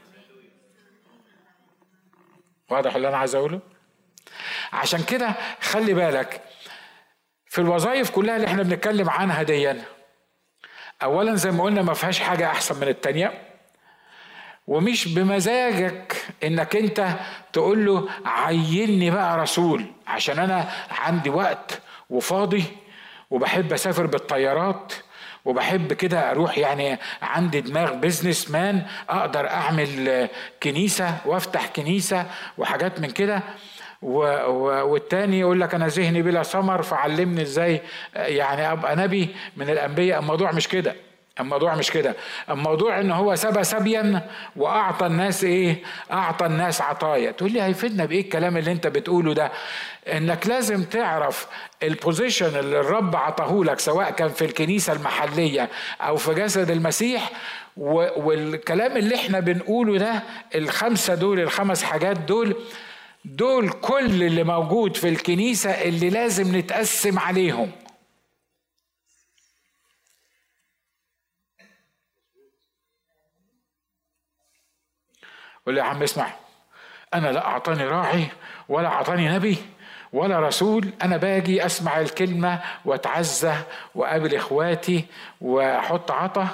[SPEAKER 1] واضح اللي انا عايز اقوله؟ عشان كده خلي بالك في الوظائف كلها اللي احنا بنتكلم عنها دي، اولا زي ما قلنا ما فيهاش حاجه احسن من التانية، ومش بمزاجك انك انت تقول له عيني بقى رسول عشان انا عندي وقت وفاضي وبحب اسافر بالطيارات وبحب كده اروح، يعني عندي دماغ بيزنس مان اقدر اعمل كنيسة وافتح كنيسة وحاجات من كده. والتاني يقول لك انا ذهني بلا ثمر فعلمني ازاي يعني ابقى نبي من الانبياء. الموضوع مش كده، الموضوع مش كده. الموضوع ان هو سبى سبيا واعطى الناس ايه؟ اعطى الناس عطايا. تقول لي هيفيدنا بايه الكلام اللي انت بتقوله ده؟ انك لازم تعرف البوزيشن اللي الرب عطاه لك سواء كان في الكنيسة المحلية او في جسد المسيح. والكلام اللي احنا بنقوله ده الخمسة دول، الخمس حاجات دول دول كل اللي موجود في الكنيسة اللي لازم نتقسم عليهم. قول لي يا عم اسمع، انا لا اعطاني راعي ولا اعطاني نبي ولا رسول، انا باجي اسمع الكلمة واتعزى وقابل اخواتي واحط عطا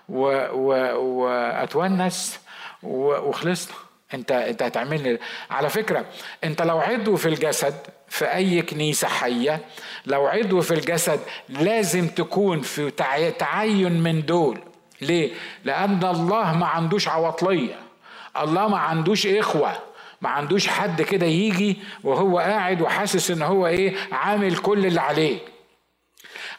[SPEAKER 1] واتونس وخلصنا. انت انت هتعملني على فكرة. انت لو عضو في الجسد في اي كنيسة حية، لو عضو في الجسد لازم تكون في تعين من دول. ليه؟ لان الله ما عندوش عواطلية، الله ما عندوش اخوة، ما عندوش حد كده يجي وهو قاعد وحاسس ان هو ايه عامل كل اللي عليه.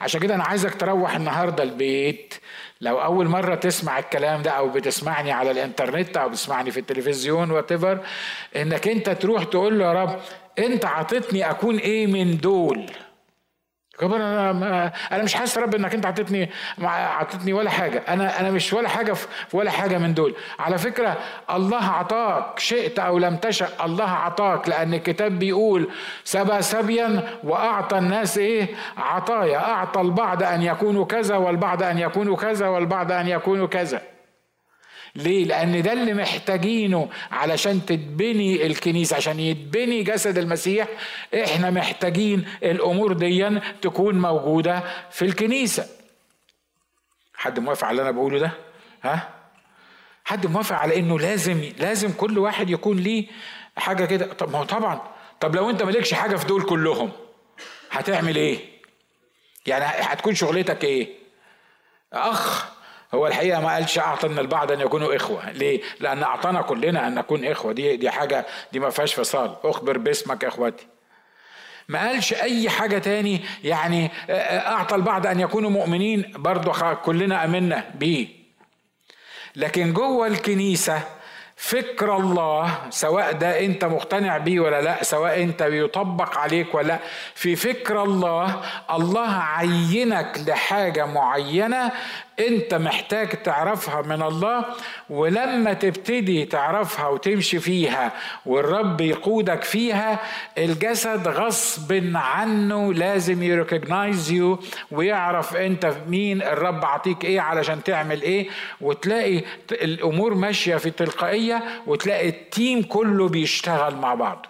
[SPEAKER 1] عشان كده انا عايزك تروح النهارده البيت، لو اول مره تسمع الكلام ده او بتسمعني على الانترنت او بتسمعني في التلفزيون واتيفر، انك انت تروح تقول له يا رب انت عطيتني اكون ايه من دول. انا انا مش حاسس يا رب انك انت عطيتني عطيتني ولا حاجه، انا انا مش ولا حاجه في ولا حاجه من دول. على فكره الله عطاك شئت او لم تشأ، الله عطاك، لان الكتاب بيقول سبى سبيا واعطى الناس ايه؟ عطايا. اعطى البعض ان يكونوا كذا والبعض ان يكونوا كذا والبعض ان يكونوا كذا. ليه؟ لأن ده اللي محتاجينه علشان تتبني الكنيسة، عشان يتبني جسد المسيح. احنا محتاجين الأمور دي تكون موجودة في الكنيسة. حد موافق على اللي أنا بقوله ده؟ ها؟ حد موافق على إنه لازم لازم كل واحد يكون ليه حاجة كده؟ طب ما هو طبعا، طب لو أنت مالكش حاجة في دول كلهم هتعمل إيه؟ يعني هتكون شغلتك إيه؟ أخ، هو الحقيقة ما قالش أعطنا البعض أن يكونوا إخوة. ليه؟ لأن أعطانا كلنا أن نكون إخوة. دي دي حاجة، دي ما فيهاش فصال. أخبر باسمك إخوتي. ما قالش أي حاجة تاني. يعني أعطى البعض أن يكونوا مؤمنين، برضو كلنا أمنا بيه. لكن جوه الكنيسة فكر الله، سواء ده انت مقتنع بيه ولا لا، سواء انت بيطبق عليك ولا لا، في فكر الله الله عينك لحاجة معينة انت محتاج تعرفها من الله. ولما تبتدي تعرفها وتمشي فيها والرب يقودك فيها، الجسد غصب عنه لازم يريكوجنايز يو ويعرف انت مين، الرب عطيك ايه علشان تعمل ايه، وتلاقي الامور ماشية في تلقائية، وتلاقي التيم كله بيشتغل مع بعض.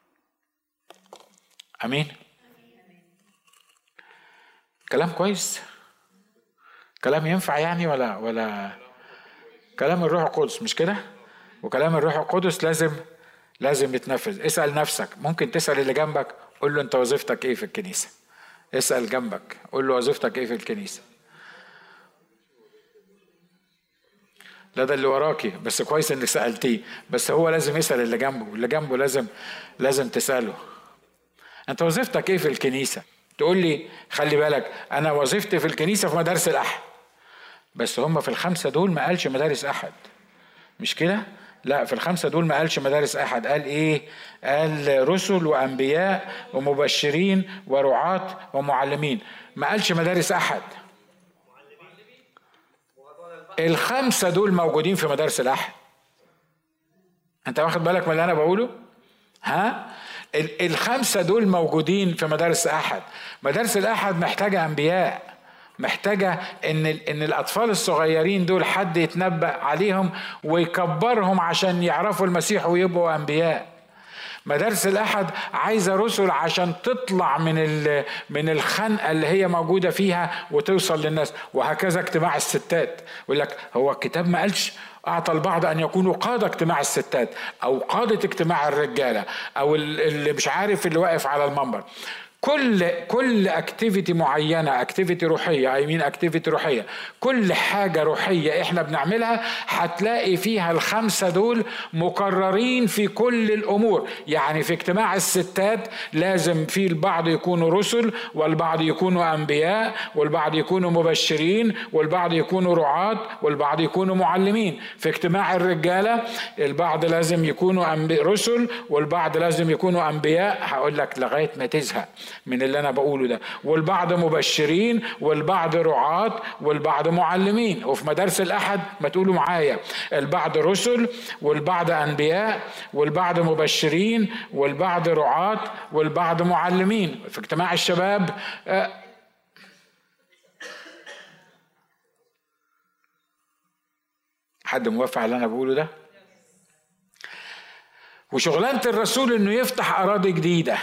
[SPEAKER 1] امين. كلام كويس، كلام ينفع يعني ولا ولا كلام الروح القدس مش كده؟ وكلام الروح القدس لازم لازم يتنفذ. اسأل نفسك، ممكن تسأل اللي جنبك قول له انت وظيفتك ايه في الكنيسة. اسأل جنبك قول له وظيفتك ايه في الكنيسة. لا ده اللي وراكي، بس كويس انك سألتيه، بس هو لازم يسأل اللي جنبه، واللي جنبه لازم لازم تسأله انت وظيفتك ايه في الكنيسة. تقول لي خلي بالك انا وظيفتي في الكنيسة في مدارس الأحد، بس هم في الخمسة دول ما قالش مدارس أحد، مش كده؟ لا، في الخمسة دول ما قالش مدارس أحد. قال إيه؟ قال رسل وأنبياء ومبشرين ورعاة ومعلمين. ما قالش مدارس أحد. الخمسة دول موجودين في مدارس الأحد. أنت واخد بالك من اللي أنا بقوله؟ ها؟ الخمسة دول موجودين في مدارس أحد. مدارس الأحد محتاجة أنبياء، محتاجة إن إن الأطفال الصغيرين دول حد يتنبأ عليهم ويكبرهم عشان يعرفوا المسيح ويبقوا أنبياء. مدارس الأحد عايزة رسل عشان تطلع من من الخنقة اللي هي موجودة فيها وتوصل للناس. وهكذا اجتماع الستات، يقول لك هو الكتاب ما قالش أعطى البعض أن يكونوا قادة اجتماع الستات أو قادة اجتماع الرجالة أو اللي مش عارف اللي واقف على المنبر. كل كل اكتيفيتي معينه، اكتيفيتي روحيه، اي مين اكتيفيتي روحيه، كل حاجه روحيه احنا بنعملها هتلاقي فيها الخمسه دول مكررين في كل الامور. يعني في اجتماع الستات لازم في البعض يكونوا رسل، والبعض يكونوا انبياء، والبعض يكونوا مبشرين، والبعض يكونوا رعاة، والبعض يكونوا معلمين. في اجتماع الرجاله البعض لازم يكونوا رسل، والبعض لازم يكونوا انبياء. هقول لك لغايه ما تزهق من اللي انا بقوله ده. والبعض مبشرين، والبعض رعاة، والبعض معلمين. وفي مدارس الأحد ما تقولوا معايا، البعض رسل، والبعض أنبياء، والبعض مبشرين، والبعض رعاة، والبعض معلمين. في اجتماع الشباب حد موافق على اللي انا بقوله ده؟ وشغلانة الرسول انه يفتح أراضي جديدة.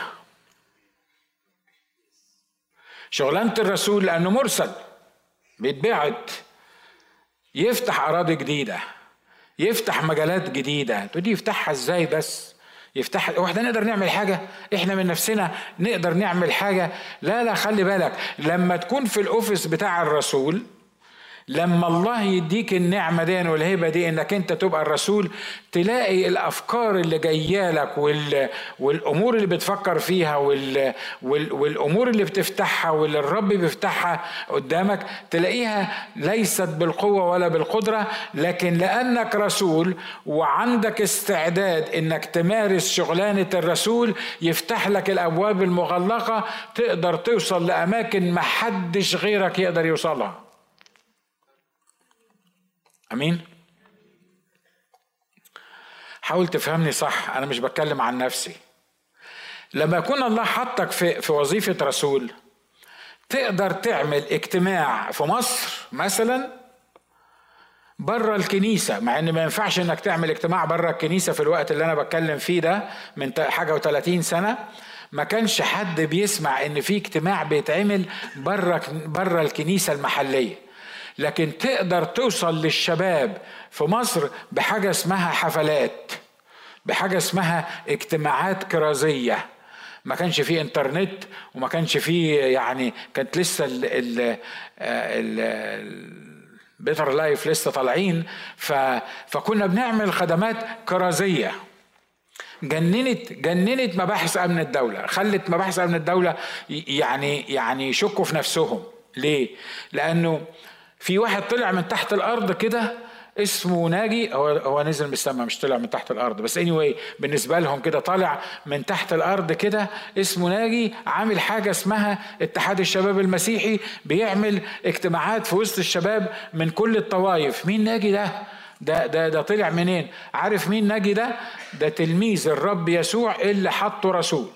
[SPEAKER 1] شغلانة الرسول لأنه مرسل بيتبعت يفتح أراضي جديدة، يفتح مجالات جديدة. تقولي يفتحها ازاي بس؟ يفتح واحنا نقدر نعمل حاجة؟ احنا من نفسنا نقدر نعمل حاجة؟ لا لا، خلي بالك لما تكون في الأوفيس بتاع الرسول لما الله يديك النعمة دي والهبة دي انك انت تبقى الرسول، تلاقي الافكار اللي جايه لك وال... والامور اللي بتفكر فيها وال... وال... والامور اللي بتفتحها واللي الرب بيفتحها قدامك، تلاقيها ليست بالقوة ولا بالقدرة، لكن لانك رسول وعندك استعداد انك تمارس شغلانة الرسول، يفتح لك الابواب المغلقة، تقدر توصل لاماكن محدش غيرك يقدر يوصلها. امين. حاول تفهمني صح، انا مش بتكلم عن نفسي. لما يكون الله حطك في في وظيفة رسول، تقدر تعمل اجتماع في مصر مثلا بره الكنيسة، مع ان ما ينفعش انك تعمل اجتماع بره الكنيسة في الوقت اللي انا بتكلم فيه ده من حاجة وثلاثين سنة. ما كانش حد بيسمع ان في اجتماع بيتعمل بره بره الكنيسة المحلية. لكن تقدر توصل للشباب في مصر بحاجة اسمها حفلات، بحاجة اسمها اجتماعات كرازية. ما كانش فيه انترنت وما كانش فيه يعني، كانت لسه ال ال ال بيتر لايف لسه طالعين، فكنا بنعمل خدمات كرازية. جننت جننت مباحث امن الدولة، خلت مباحث امن الدولة يعني يعني يشكوا في نفسهم. ليه؟ لانه في واحد طلع من تحت الارض كده اسمه ناجي، هو هو نزل من السماء مش طلع من تحت الارض، بس anyway بالنسبه لهم كده طالع من تحت الارض كده اسمه ناجي، عامل حاجه اسمها اتحاد الشباب المسيحي، بيعمل اجتماعات في وسط الشباب من كل الطوائف. مين ناجي ده؟ ده ده ده طلع منين؟ عارف مين ناجي ده؟ ده تلميذ الرب يسوع اللي حطه رسول،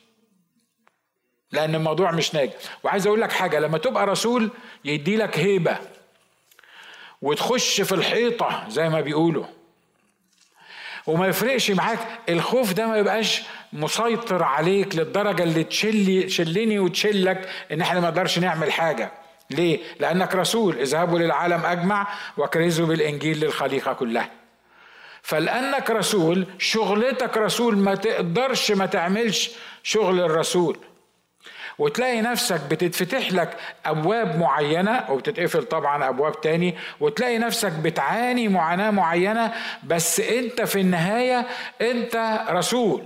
[SPEAKER 1] لأن الموضوع مش ناجي. وعايز أقول لك حاجة، لما تبقى رسول يدي لك هيبة وتخش في الحيطة زي ما بيقولوا، وما يفرقش معاك الخوف ده، ما يبقاش مسيطر عليك للدرجة اللي تشلي تشلني وتشلك إن احنا ما نقدرش نعمل حاجة. ليه؟ لأنك رسول. اذهبوا للعالم أجمع وكرزوا بالإنجيل للخليقة كلها. فلأنك رسول، شغلتك رسول، ما تقدرش ما تعملش شغل الرسول. وتلاقي نفسك بتتفتح لك أبواب معينة وبتتقفل طبعا أبواب تاني، وتلاقي نفسك بتعاني معاناة معينة، بس أنت في النهاية أنت رسول.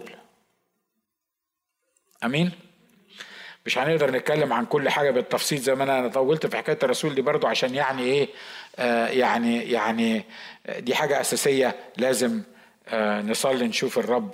[SPEAKER 1] أمين؟ مش هنقدر نتكلم عن كل حاجة بالتفصيل زي ما أنا طولت في حكاية الرسول دي برضو، عشان يعني إيه آه يعني يعني دي حاجة أساسية لازم آه نصلي نشوف الرب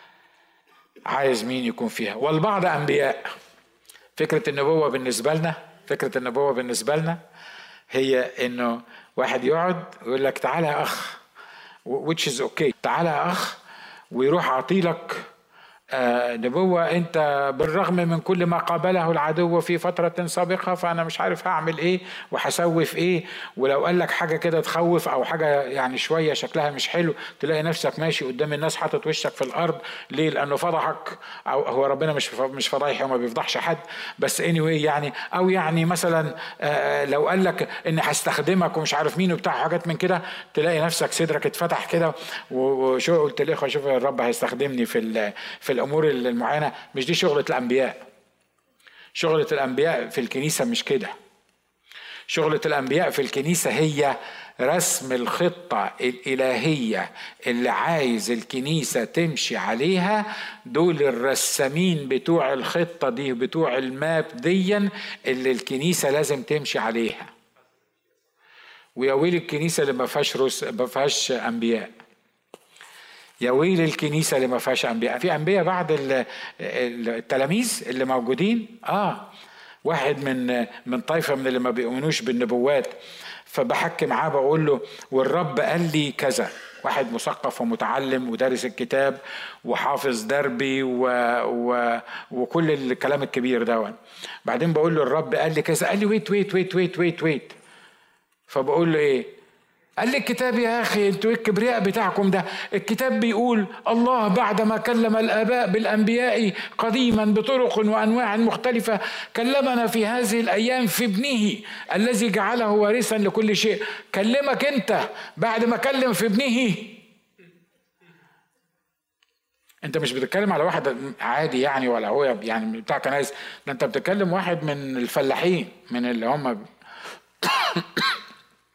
[SPEAKER 1] عايز مين يكون فيها. والبعض أنبياء. فكرة النبوة بالنسبة لنا فكرة النبوة بالنسبة لنا هي إنه واحد يقعد ويقول لك تعالى يا أخ which is okay، تعالى يا أخ، ويروح عطيلك آه نبوة انت بالرغم من كل ما قابله العدو في فترة سابقة، فانا مش عارف هعمل ايه وحسوي في ايه. ولو قال لك حاجة كده تخوف او حاجة يعني شوية شكلها مش حلو، تلاقي نفسك ماشي قدام الناس حاطط وشك في الارض. ليه؟ لانه فضحك. او هو ربنا مش مش فضايح وما بيفضحش حد، بس anyway يعني، او يعني مثلا آه لو قال لك ان هستخدمك ومش عارف مين وبتاع حاجات من كده، تلاقي نفسك صدرك اتفتح كده. وشو قلت لك شوف الرب هيستخدمني في في الأمور المعينة. مش دي شغلة الأنبياء. شغلة الأنبياء في الكنيسة مش كده. شغلة الأنبياء في الكنيسة هي رسم الخطة الإلهية اللي عايز الكنيسة تمشي عليها. دول الرسامين بتوع الخطة دي، بتوع الماب ديا اللي الكنيسة لازم تمشي عليها. ويا ويل الكنيسة اللي ما فيهاش رس... ما فيهاش أنبياء. يا ويل الكنيسة اللي ما فيهاش أنبياء. في أنبياء بعد التلاميذ اللي موجودين، آه واحد من من طائفة من اللي ما بيؤمنوش بالنبوات، فبحكي معاه بقول له والرب قال لي كذا. واحد مثقف ومتعلم ودارس الكتاب وحافظ دربي و... و... وكل الكلام الكبير ده. بعدين بقول له الرب قال لي كذا. قال لي ويت ويت ويت ويت ويت ويت فبقول له ايه؟ قال لي الكتاب يا أخي انتوا ايه الكبرياء بتاعكم ده؟ الكتاب بيقول الله بعدما كلم الآباء بالأنبياء قديما بطرق وأنواع مختلفة، كلمنا في هذه الأيام في ابنه الذي جعله وارثا لكل شيء. كلمك انت بعد ما كلم في ابنه. انت مش بتتكلم على واحد عادي يعني، ولا هو يعني بتاع كنايس، ده انت بتتكلم واحد من الفلاحين، من اللي هم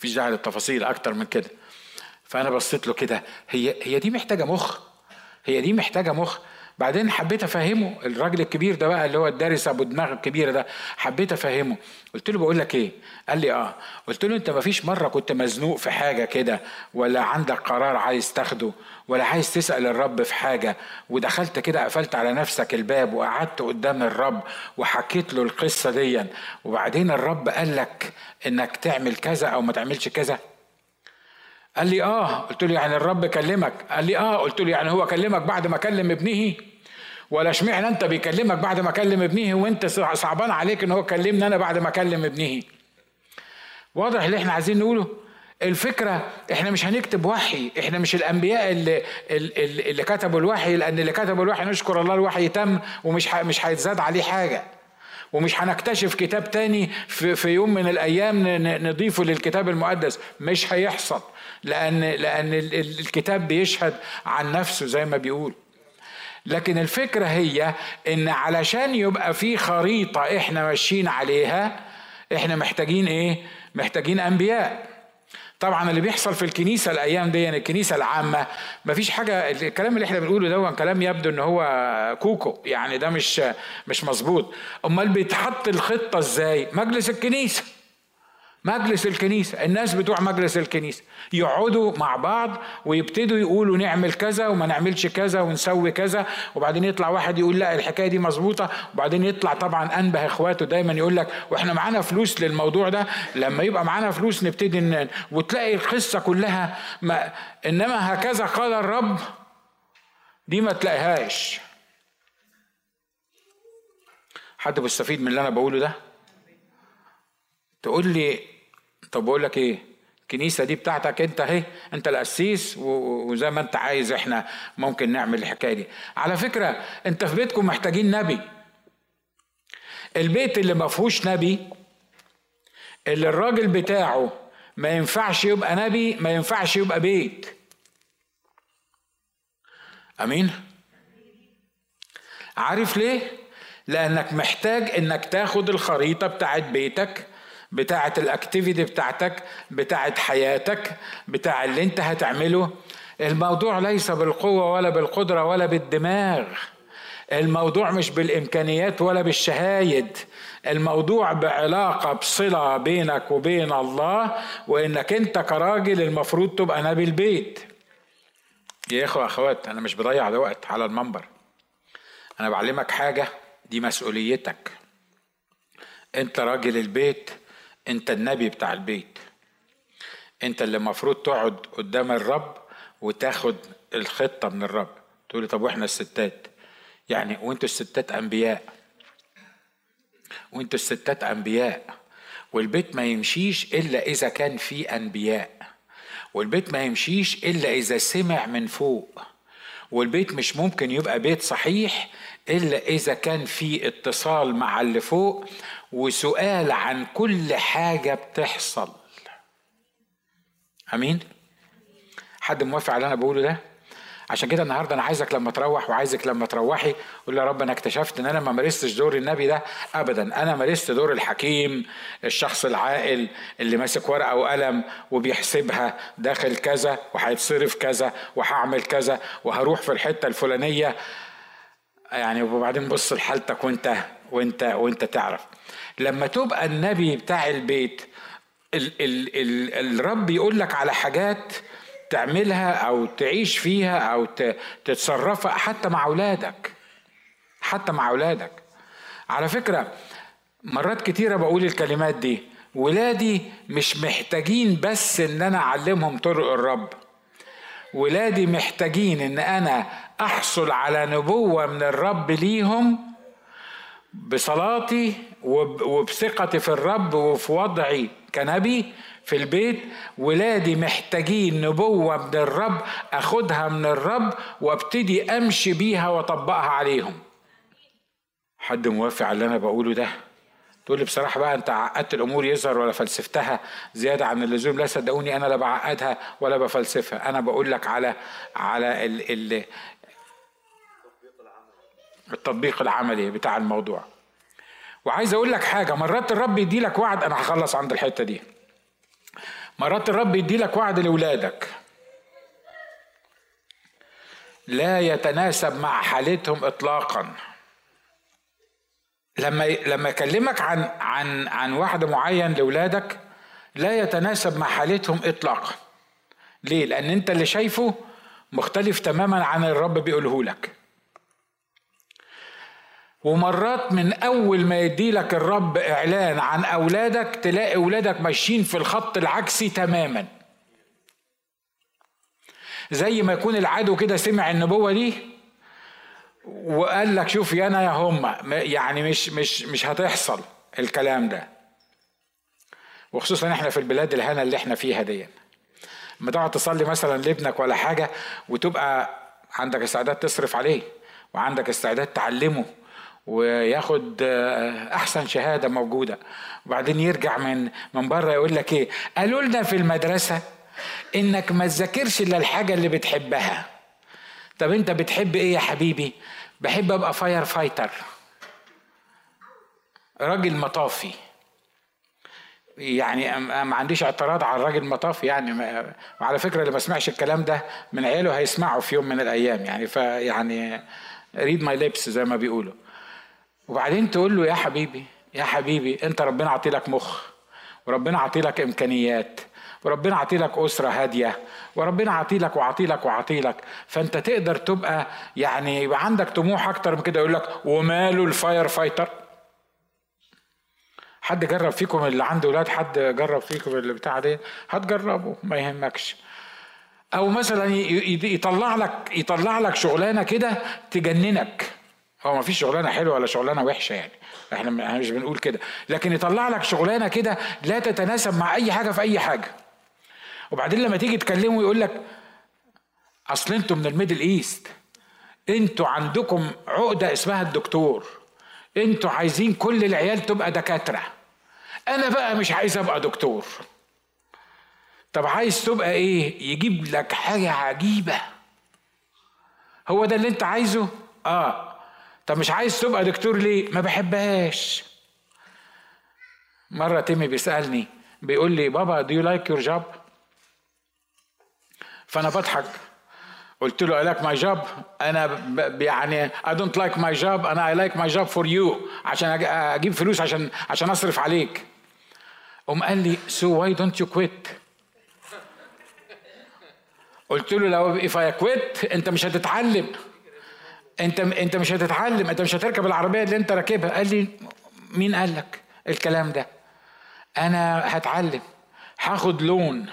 [SPEAKER 1] مفيش داعي للتفاصيل اكتر من كده. فانا بصيت له كده، هي هي دي محتاجه مخ، هي دي محتاجه مخ. بعدين حبيت افهمه، الراجل الكبير ده بقى اللي هو الدارس ابو دماغ الكبيره ده، حبيت افهمه. قلت له بقول لك ايه؟ قال لي اه. قلت له انت ما فيش مره كنت مزنوق في حاجه كده، ولا عندك قرار عايز تاخده، ولا عايز تسال الرب في حاجه، ودخلت كده قفلت على نفسك الباب وقعدت قدام الرب وحكيت له القصه دي، وبعدين الرب قال لك انك تعمل كذا او ما تعملش كذا؟ قال لي اه. قلت له يعني الرب كلمك؟ قال لي اه. قلت له يعني هو كلمك بعد ما كلم ابنه؟ ولا اشمعنى انت بيكلمك بعد ما كلم ابنه وانت صعبان عليك ان هو كلمني انا بعد ما كلم ابنه؟ واضح اللي احنا عايزين نقوله. الفكرة احنا مش هنكتب وحي، احنا مش الانبياء اللي, اللي, اللي كتبوا الوحي، لان اللي كتبوا الوحي نشكر الله الوحي تم ومش مش هيتزاد عليه حاجة، ومش هنكتشف كتاب تاني في, في يوم من الايام نضيفه للكتاب المقدس، مش هيحصل، لان لان الكتاب بيشهد عن نفسه زي ما بيقول. لكن الفكرة هي ان علشان يبقى في خريطة احنا ماشيين عليها، احنا محتاجين ايه؟ محتاجين انبياء. طبعا اللي بيحصل في الكنيسة الايام دي، يعني الكنيسة العامة، مفيش حاجة. الكلام اللي احنا بنقوله ده كلام يبدو ان هو كوكو، يعني ده مش مش مظبوط. امال بيتحط الخطة ازاي؟ مجلس الكنيسة، مجلس الكنيسة، الناس بتوع مجلس الكنيسة يقعدوا مع بعض ويبتدوا يقولوا نعمل كذا وما نعملش كذا ونسوي كذا، وبعدين يطلع واحد يقول لا الحكاية دي مظبوطة، وبعدين يطلع طبعا أنبه إخواته دايما يقول لك واحنا معانا فلوس للموضوع ده، لما يبقى معانا فلوس نبتدي ن... وتلاقي القصة كلها ما... إنما هكذا قال الرب دي ما تلاقيهاش. حد بيستفيد من اللي أنا بقوله ده؟ تقول لي طب بقول لك ايه، الكنيسه دي بتاعتك انت اهي، انت القسيس وزي ما انت عايز احنا ممكن نعمل الحكايه دي. على فكره انت في بيتكم محتاجين نبي. البيت اللي ما فيهوش نبي، اللي الراجل بتاعه ما ينفعش يبقى نبي، ما ينفعش يبقى بيت. امين؟ عارف ليه؟ لانك محتاج انك تاخد الخريطه بتاعت بيتك، بتاعت الاكتيفيتي بتاعتك، بتاعت حياتك، بتاع اللي انت هتعمله. الموضوع ليس بالقوة ولا بالقدرة ولا بالدماغ، الموضوع مش بالامكانيات ولا بالشهايد، الموضوع بعلاقة بصلة بينك وبين الله، وانك انت كراجل المفروض تبقى نبي البيت. يا اخوة اخوات، انا مش بضيع وقت على المنبر، انا بعلمك حاجة، دي مسؤوليتك. انت راجل البيت، انت النبي بتاع البيت، انت اللي المفروض تقعد قدام الرب وتاخد الخطة من الرب. تقولي طب واحنا الستات؟ يعني وانتوا الستات انبياء، وانتوا الستات انبياء، والبيت ما يمشيش الا اذا كان فيه انبياء، والبيت ما يمشيش الا اذا سمع من فوق، والبيت مش ممكن يبقى بيت صحيح إلا إذا كان في اتصال مع اللي فوق وسؤال عن كل حاجة بتحصل. أمين؟ حد موافق على اللي أنا بقوله ده؟ عشان كده النهاردة أنا عايزك لما تروح وعايزك لما تروحي قول يا رب أنا اكتشفت أن أنا ما مارستش دور النبي ده أبدا، أنا مارست دور الحكيم، الشخص العاقل اللي ماسك ورقة وقلم وبيحسبها داخل كذا وهيتصرف كذا وهعمل كذا وهروح في الحتة الفلانية يعني. وبعدين بص لحالتك وانت وانت وانت تعرف. لما تبقى النبي بتاع البيت ال ال ال الرب يقول لك على حاجات تعملها او تعيش فيها او تتصرفها حتى مع اولادك، حتى مع اولادك. على فكرة مرات كتيرة بقول الكلمات دي، ولادي مش محتاجين بس ان انا اعلمهم طرق الرب، ولادي محتاجين ان انا احصل على نبوة من الرب ليهم بصلاتي وبثقتي في الرب وفي وضعي كنبي في البيت. ولادي محتاجين نبوة من الرب اخدها من الرب وابتدي امشي بيها واطبقها عليهم. حد موافق على اللي انا بقوله ده؟ تقول لي بصراحة بقى انت عقدت الامور يظهر ولا فلسفتها زيادة عن اللزوم. لا صدقوني انا لا بعقدها ولا بفلسفها، انا بقول لك على على ال ال التطبيق العملي بتاع الموضوع. وعايز اقول لك حاجة، مرات الرب يدي لك وعد، انا هخلص عند الحتة دي، مرات الرب يدي لك وعد لأولادك لا يتناسب مع حالتهم اطلاقا. لما لما اكلمك عن عن عن وعد معين لاولادك لا يتناسب مع حالتهم اطلاقا. ليه؟ لان انت اللي شايفه مختلف تماما عن الرب بيقوله لك. ومرات من اول ما يدي لك الرب اعلان عن اولادك تلاقي اولادك ماشيين في الخط العكسي تماما، زي ما يكون العدو كده سمع النبوة دي وقال لك شوف يا انا يا هم، يعني مش مش مش هتحصل الكلام ده. وخصوصا احنا في البلاد الهنا اللي احنا فيها دي، لما تقعد تصلي مثلا لابنك ولا حاجة وتبقى عندك استعداد تصرف عليه وعندك استعداد تعلمه وياخد احسن شهادة موجودة، وبعدين يرجع من من بره يقول لك ايه؟ قالوا لنا في المدرسة انك ما تذاكرش الا الحاجة اللي بتحبها. طب انت بتحب ايه يا حبيبي؟ بحب ابقى فاير فايتر، راجل مطافي. يعني ما عنديش اعتراض على الراجل المطافي يعني، وعلى فكرة اللي ما سمعش الكلام ده من عياله هيسمعه في يوم من الايام يعني، فيعني read my lips زي ما بيقولوا. وبعدين تقول له يا حبيبي يا حبيبي انت ربنا عطيلك مخ، وربنا عطيلك امكانيات، وربنا عطيلك أسرة هادية، وربنا عطيلك وعطيلك وعطيلك، فأنت تقدر تبقى يعني يبقى عندك طموح أكتر من كده. يقول لك وماله الفاير فايتر؟ حد جرب فيكم اللي عنده ولاد؟ حد جرب فيكم اللي بتاع دي؟ هتجربه ما يهمكش. أو مثلا يطلع لك يطلع لك شغلانة كده تجننك. هو ما فيش شغلانة حلوة ولا شغلانة وحشة يعني، احنا مش بنقول كده، لكن يطلع لك شغلانة كده لا تتناسب مع أي حاجة في أي حاجة. وبعدين لما تيجي تكلمه يقول لك اصل انتوا من الميدل ايست، انتوا عندكم عقدة اسمها الدكتور، انتوا عايزين كل العيال تبقى دكاترة، انا بقى مش عايز ابقى دكتور. طب عايز تبقى ايه؟ يجيب لك حاجة عجيبة. هو ده اللي انت عايزه؟ اه. طب مش عايز تبقى دكتور ليه؟ ما بحبهاش. مرة تيمي بيسألني بيقول لي بابا do you like your job؟ فأنا بضحك قلت له I like my job. أنا يعني I don't like my job، أنا I like my job for you، عشان أجيب فلوس عشان عشان أصرف عليك. قام قال لي so why don't you quit؟ قلت له لو if I quit أنت مش هتتعلم، أنت أنت مش هتتعلم، أنت مش هتركب العربية اللي أنت راكبها. قال لي مين قال لك الكلام ده؟ أنا هتعلم، هاخد لون،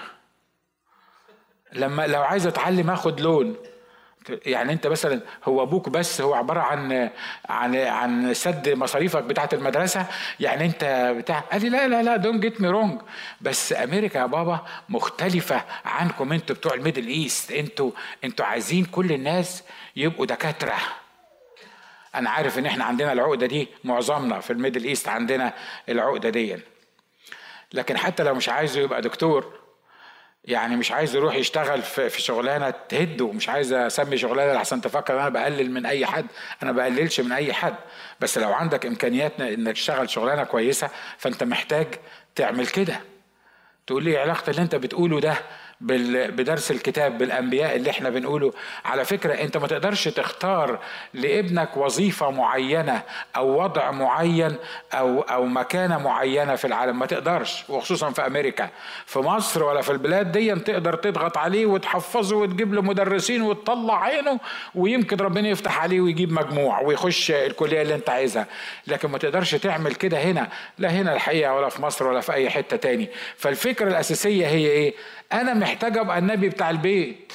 [SPEAKER 1] لما لو عايز اتعلم اخد لون. يعني انت مثلا هو ابوك بس هو عباره عن عن عن سد مصاريفك بتاعه المدرسه يعني انت بتاع؟ قال لي لا لا لا دونت جيت مي رونج، بس امريكا يا بابا مختلفه عنكم انتوا بتوع الميدل ايست، انتوا انتوا عايزين كل الناس يبقوا دكاتره. انا عارف ان احنا عندنا العقده دي، معظمنا في الميدل ايست عندنا العقده دي، لكن حتى لو مش عايزه يبقى دكتور، يعني مش عايز يروح يشتغل في شغلانه تهده، مش عايز اسمي شغلانه لحسن تفكر انا بقلل من اي حد، انا بقللش من اي حد، بس لو عندك امكانيات انك تشتغل شغلانه كويسه فانت محتاج تعمل كده. تقول لي علاقه اللي انت بتقوله ده بدرس الكتاب بالانبياء اللي احنا بنقوله؟ على فكره انت ما تقدرش تختار لابنك وظيفه معينه او وضع معين او او مكانه معينه في العالم، ما تقدرش، وخصوصا في امريكا. في مصر ولا في البلاد دي تقدر تضغط عليه وتحفظه وتجيب له مدرسين وتطلع عينه، ويمكن ربنا يفتح عليه ويجيب مجموع ويخش الكليه اللي انت عايزها، لكن ما تقدرش تعمل كده هنا، لا هنا الحقيقه ولا في مصر ولا في اي حته تاني. فالفكره الاساسيه هي ايه؟ انا محتاج ابقى النبي بتاع البيت،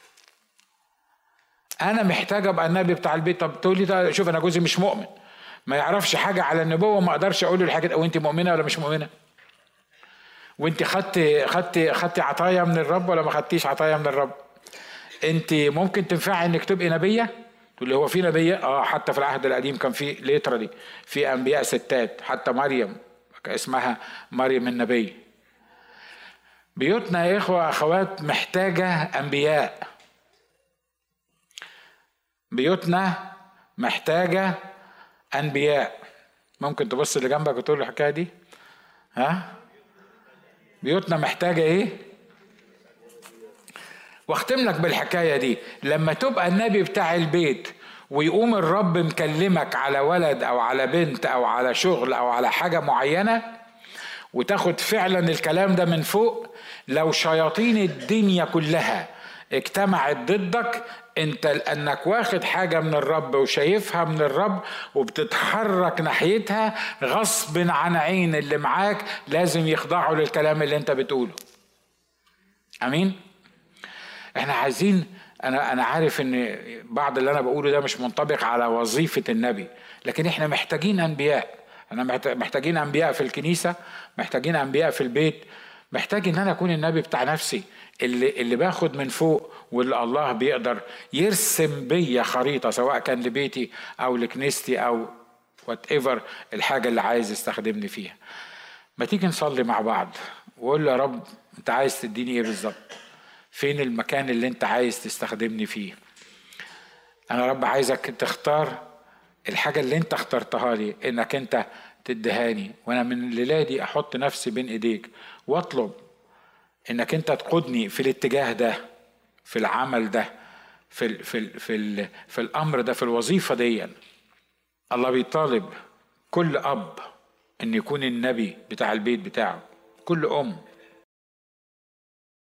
[SPEAKER 1] انا محتاج ابقى النبي بتاع البيت. طب تقول لي شوف انا جوزي مش مؤمن، ما يعرفش حاجه على النبوه، ما اقدرش اقول له الحاجه. او انت مؤمنه ولا مش مؤمنه؟ وانت خدتي خدتي خدتي عطايا من الرب ولا ما خدتيش عطايا من الرب؟ انت ممكن تنفعي انك تبقي نبيه؟ تقول لي هو في نبيه؟ اه حتى في العهد القديم كان في ليترالي في انبياء ستات، حتى مريم اسمها مريم النبي. بيوتنا يا إخوة أخوات محتاجة أنبياء، بيوتنا محتاجة أنبياء. ممكن تبص اللي جنبك وتقول له الحكاية دي؟ ها؟ بيوتنا محتاجة ايه؟ واختم لك بالحكاية دي. لما تبقى النبي بتاع البيت ويقوم الرب مكلمك على ولد او على بنت او على شغل او على حاجة معينة، وتاخد فعلا الكلام ده من فوق، لو شياطين الدنيا كلها اجتمعت ضدك، انت لانك واخد حاجة من الرب وشايفها من الرب وبتتحرك ناحيتها، غصب عن عين اللي معاك لازم يخضعوا للكلام اللي انت بتقوله. امين. احنا عايزين، انا انا عارف ان بعض اللي انا بقوله ده مش منطبق على وظيفة النبي، لكن احنا محتاجين انبياء. انا محتاجين انبياء في الكنيسة، محتاجين انبياء في البيت، محتاج ان انا اكون النبي بتاع نفسي اللي اللي باخد من فوق، واللي الله بيقدر يرسم بيا خريطة، سواء كان لبيتي او لكنيستي او وات ايفر الحاجة اللي عايز يستخدمني فيها. ما تيجي نصلي مع بعض وقول يا رب انت عايز تديني ايه بالظبط؟ فين المكان اللي انت عايز تستخدمني فيه؟ انا رب عايزك تختار الحاجة اللي انت اخترتها لي انك انت تدهاني، وانا من الليلة دي احط نفسي بين ايديك واطلب انك انت تقودني في الاتجاه ده، في العمل ده، في ال في ال في, ال في الامر ده، في الوظيفة دي. الله بيطالب كل اب ان يكون النبي بتاع البيت بتاعه، كل ام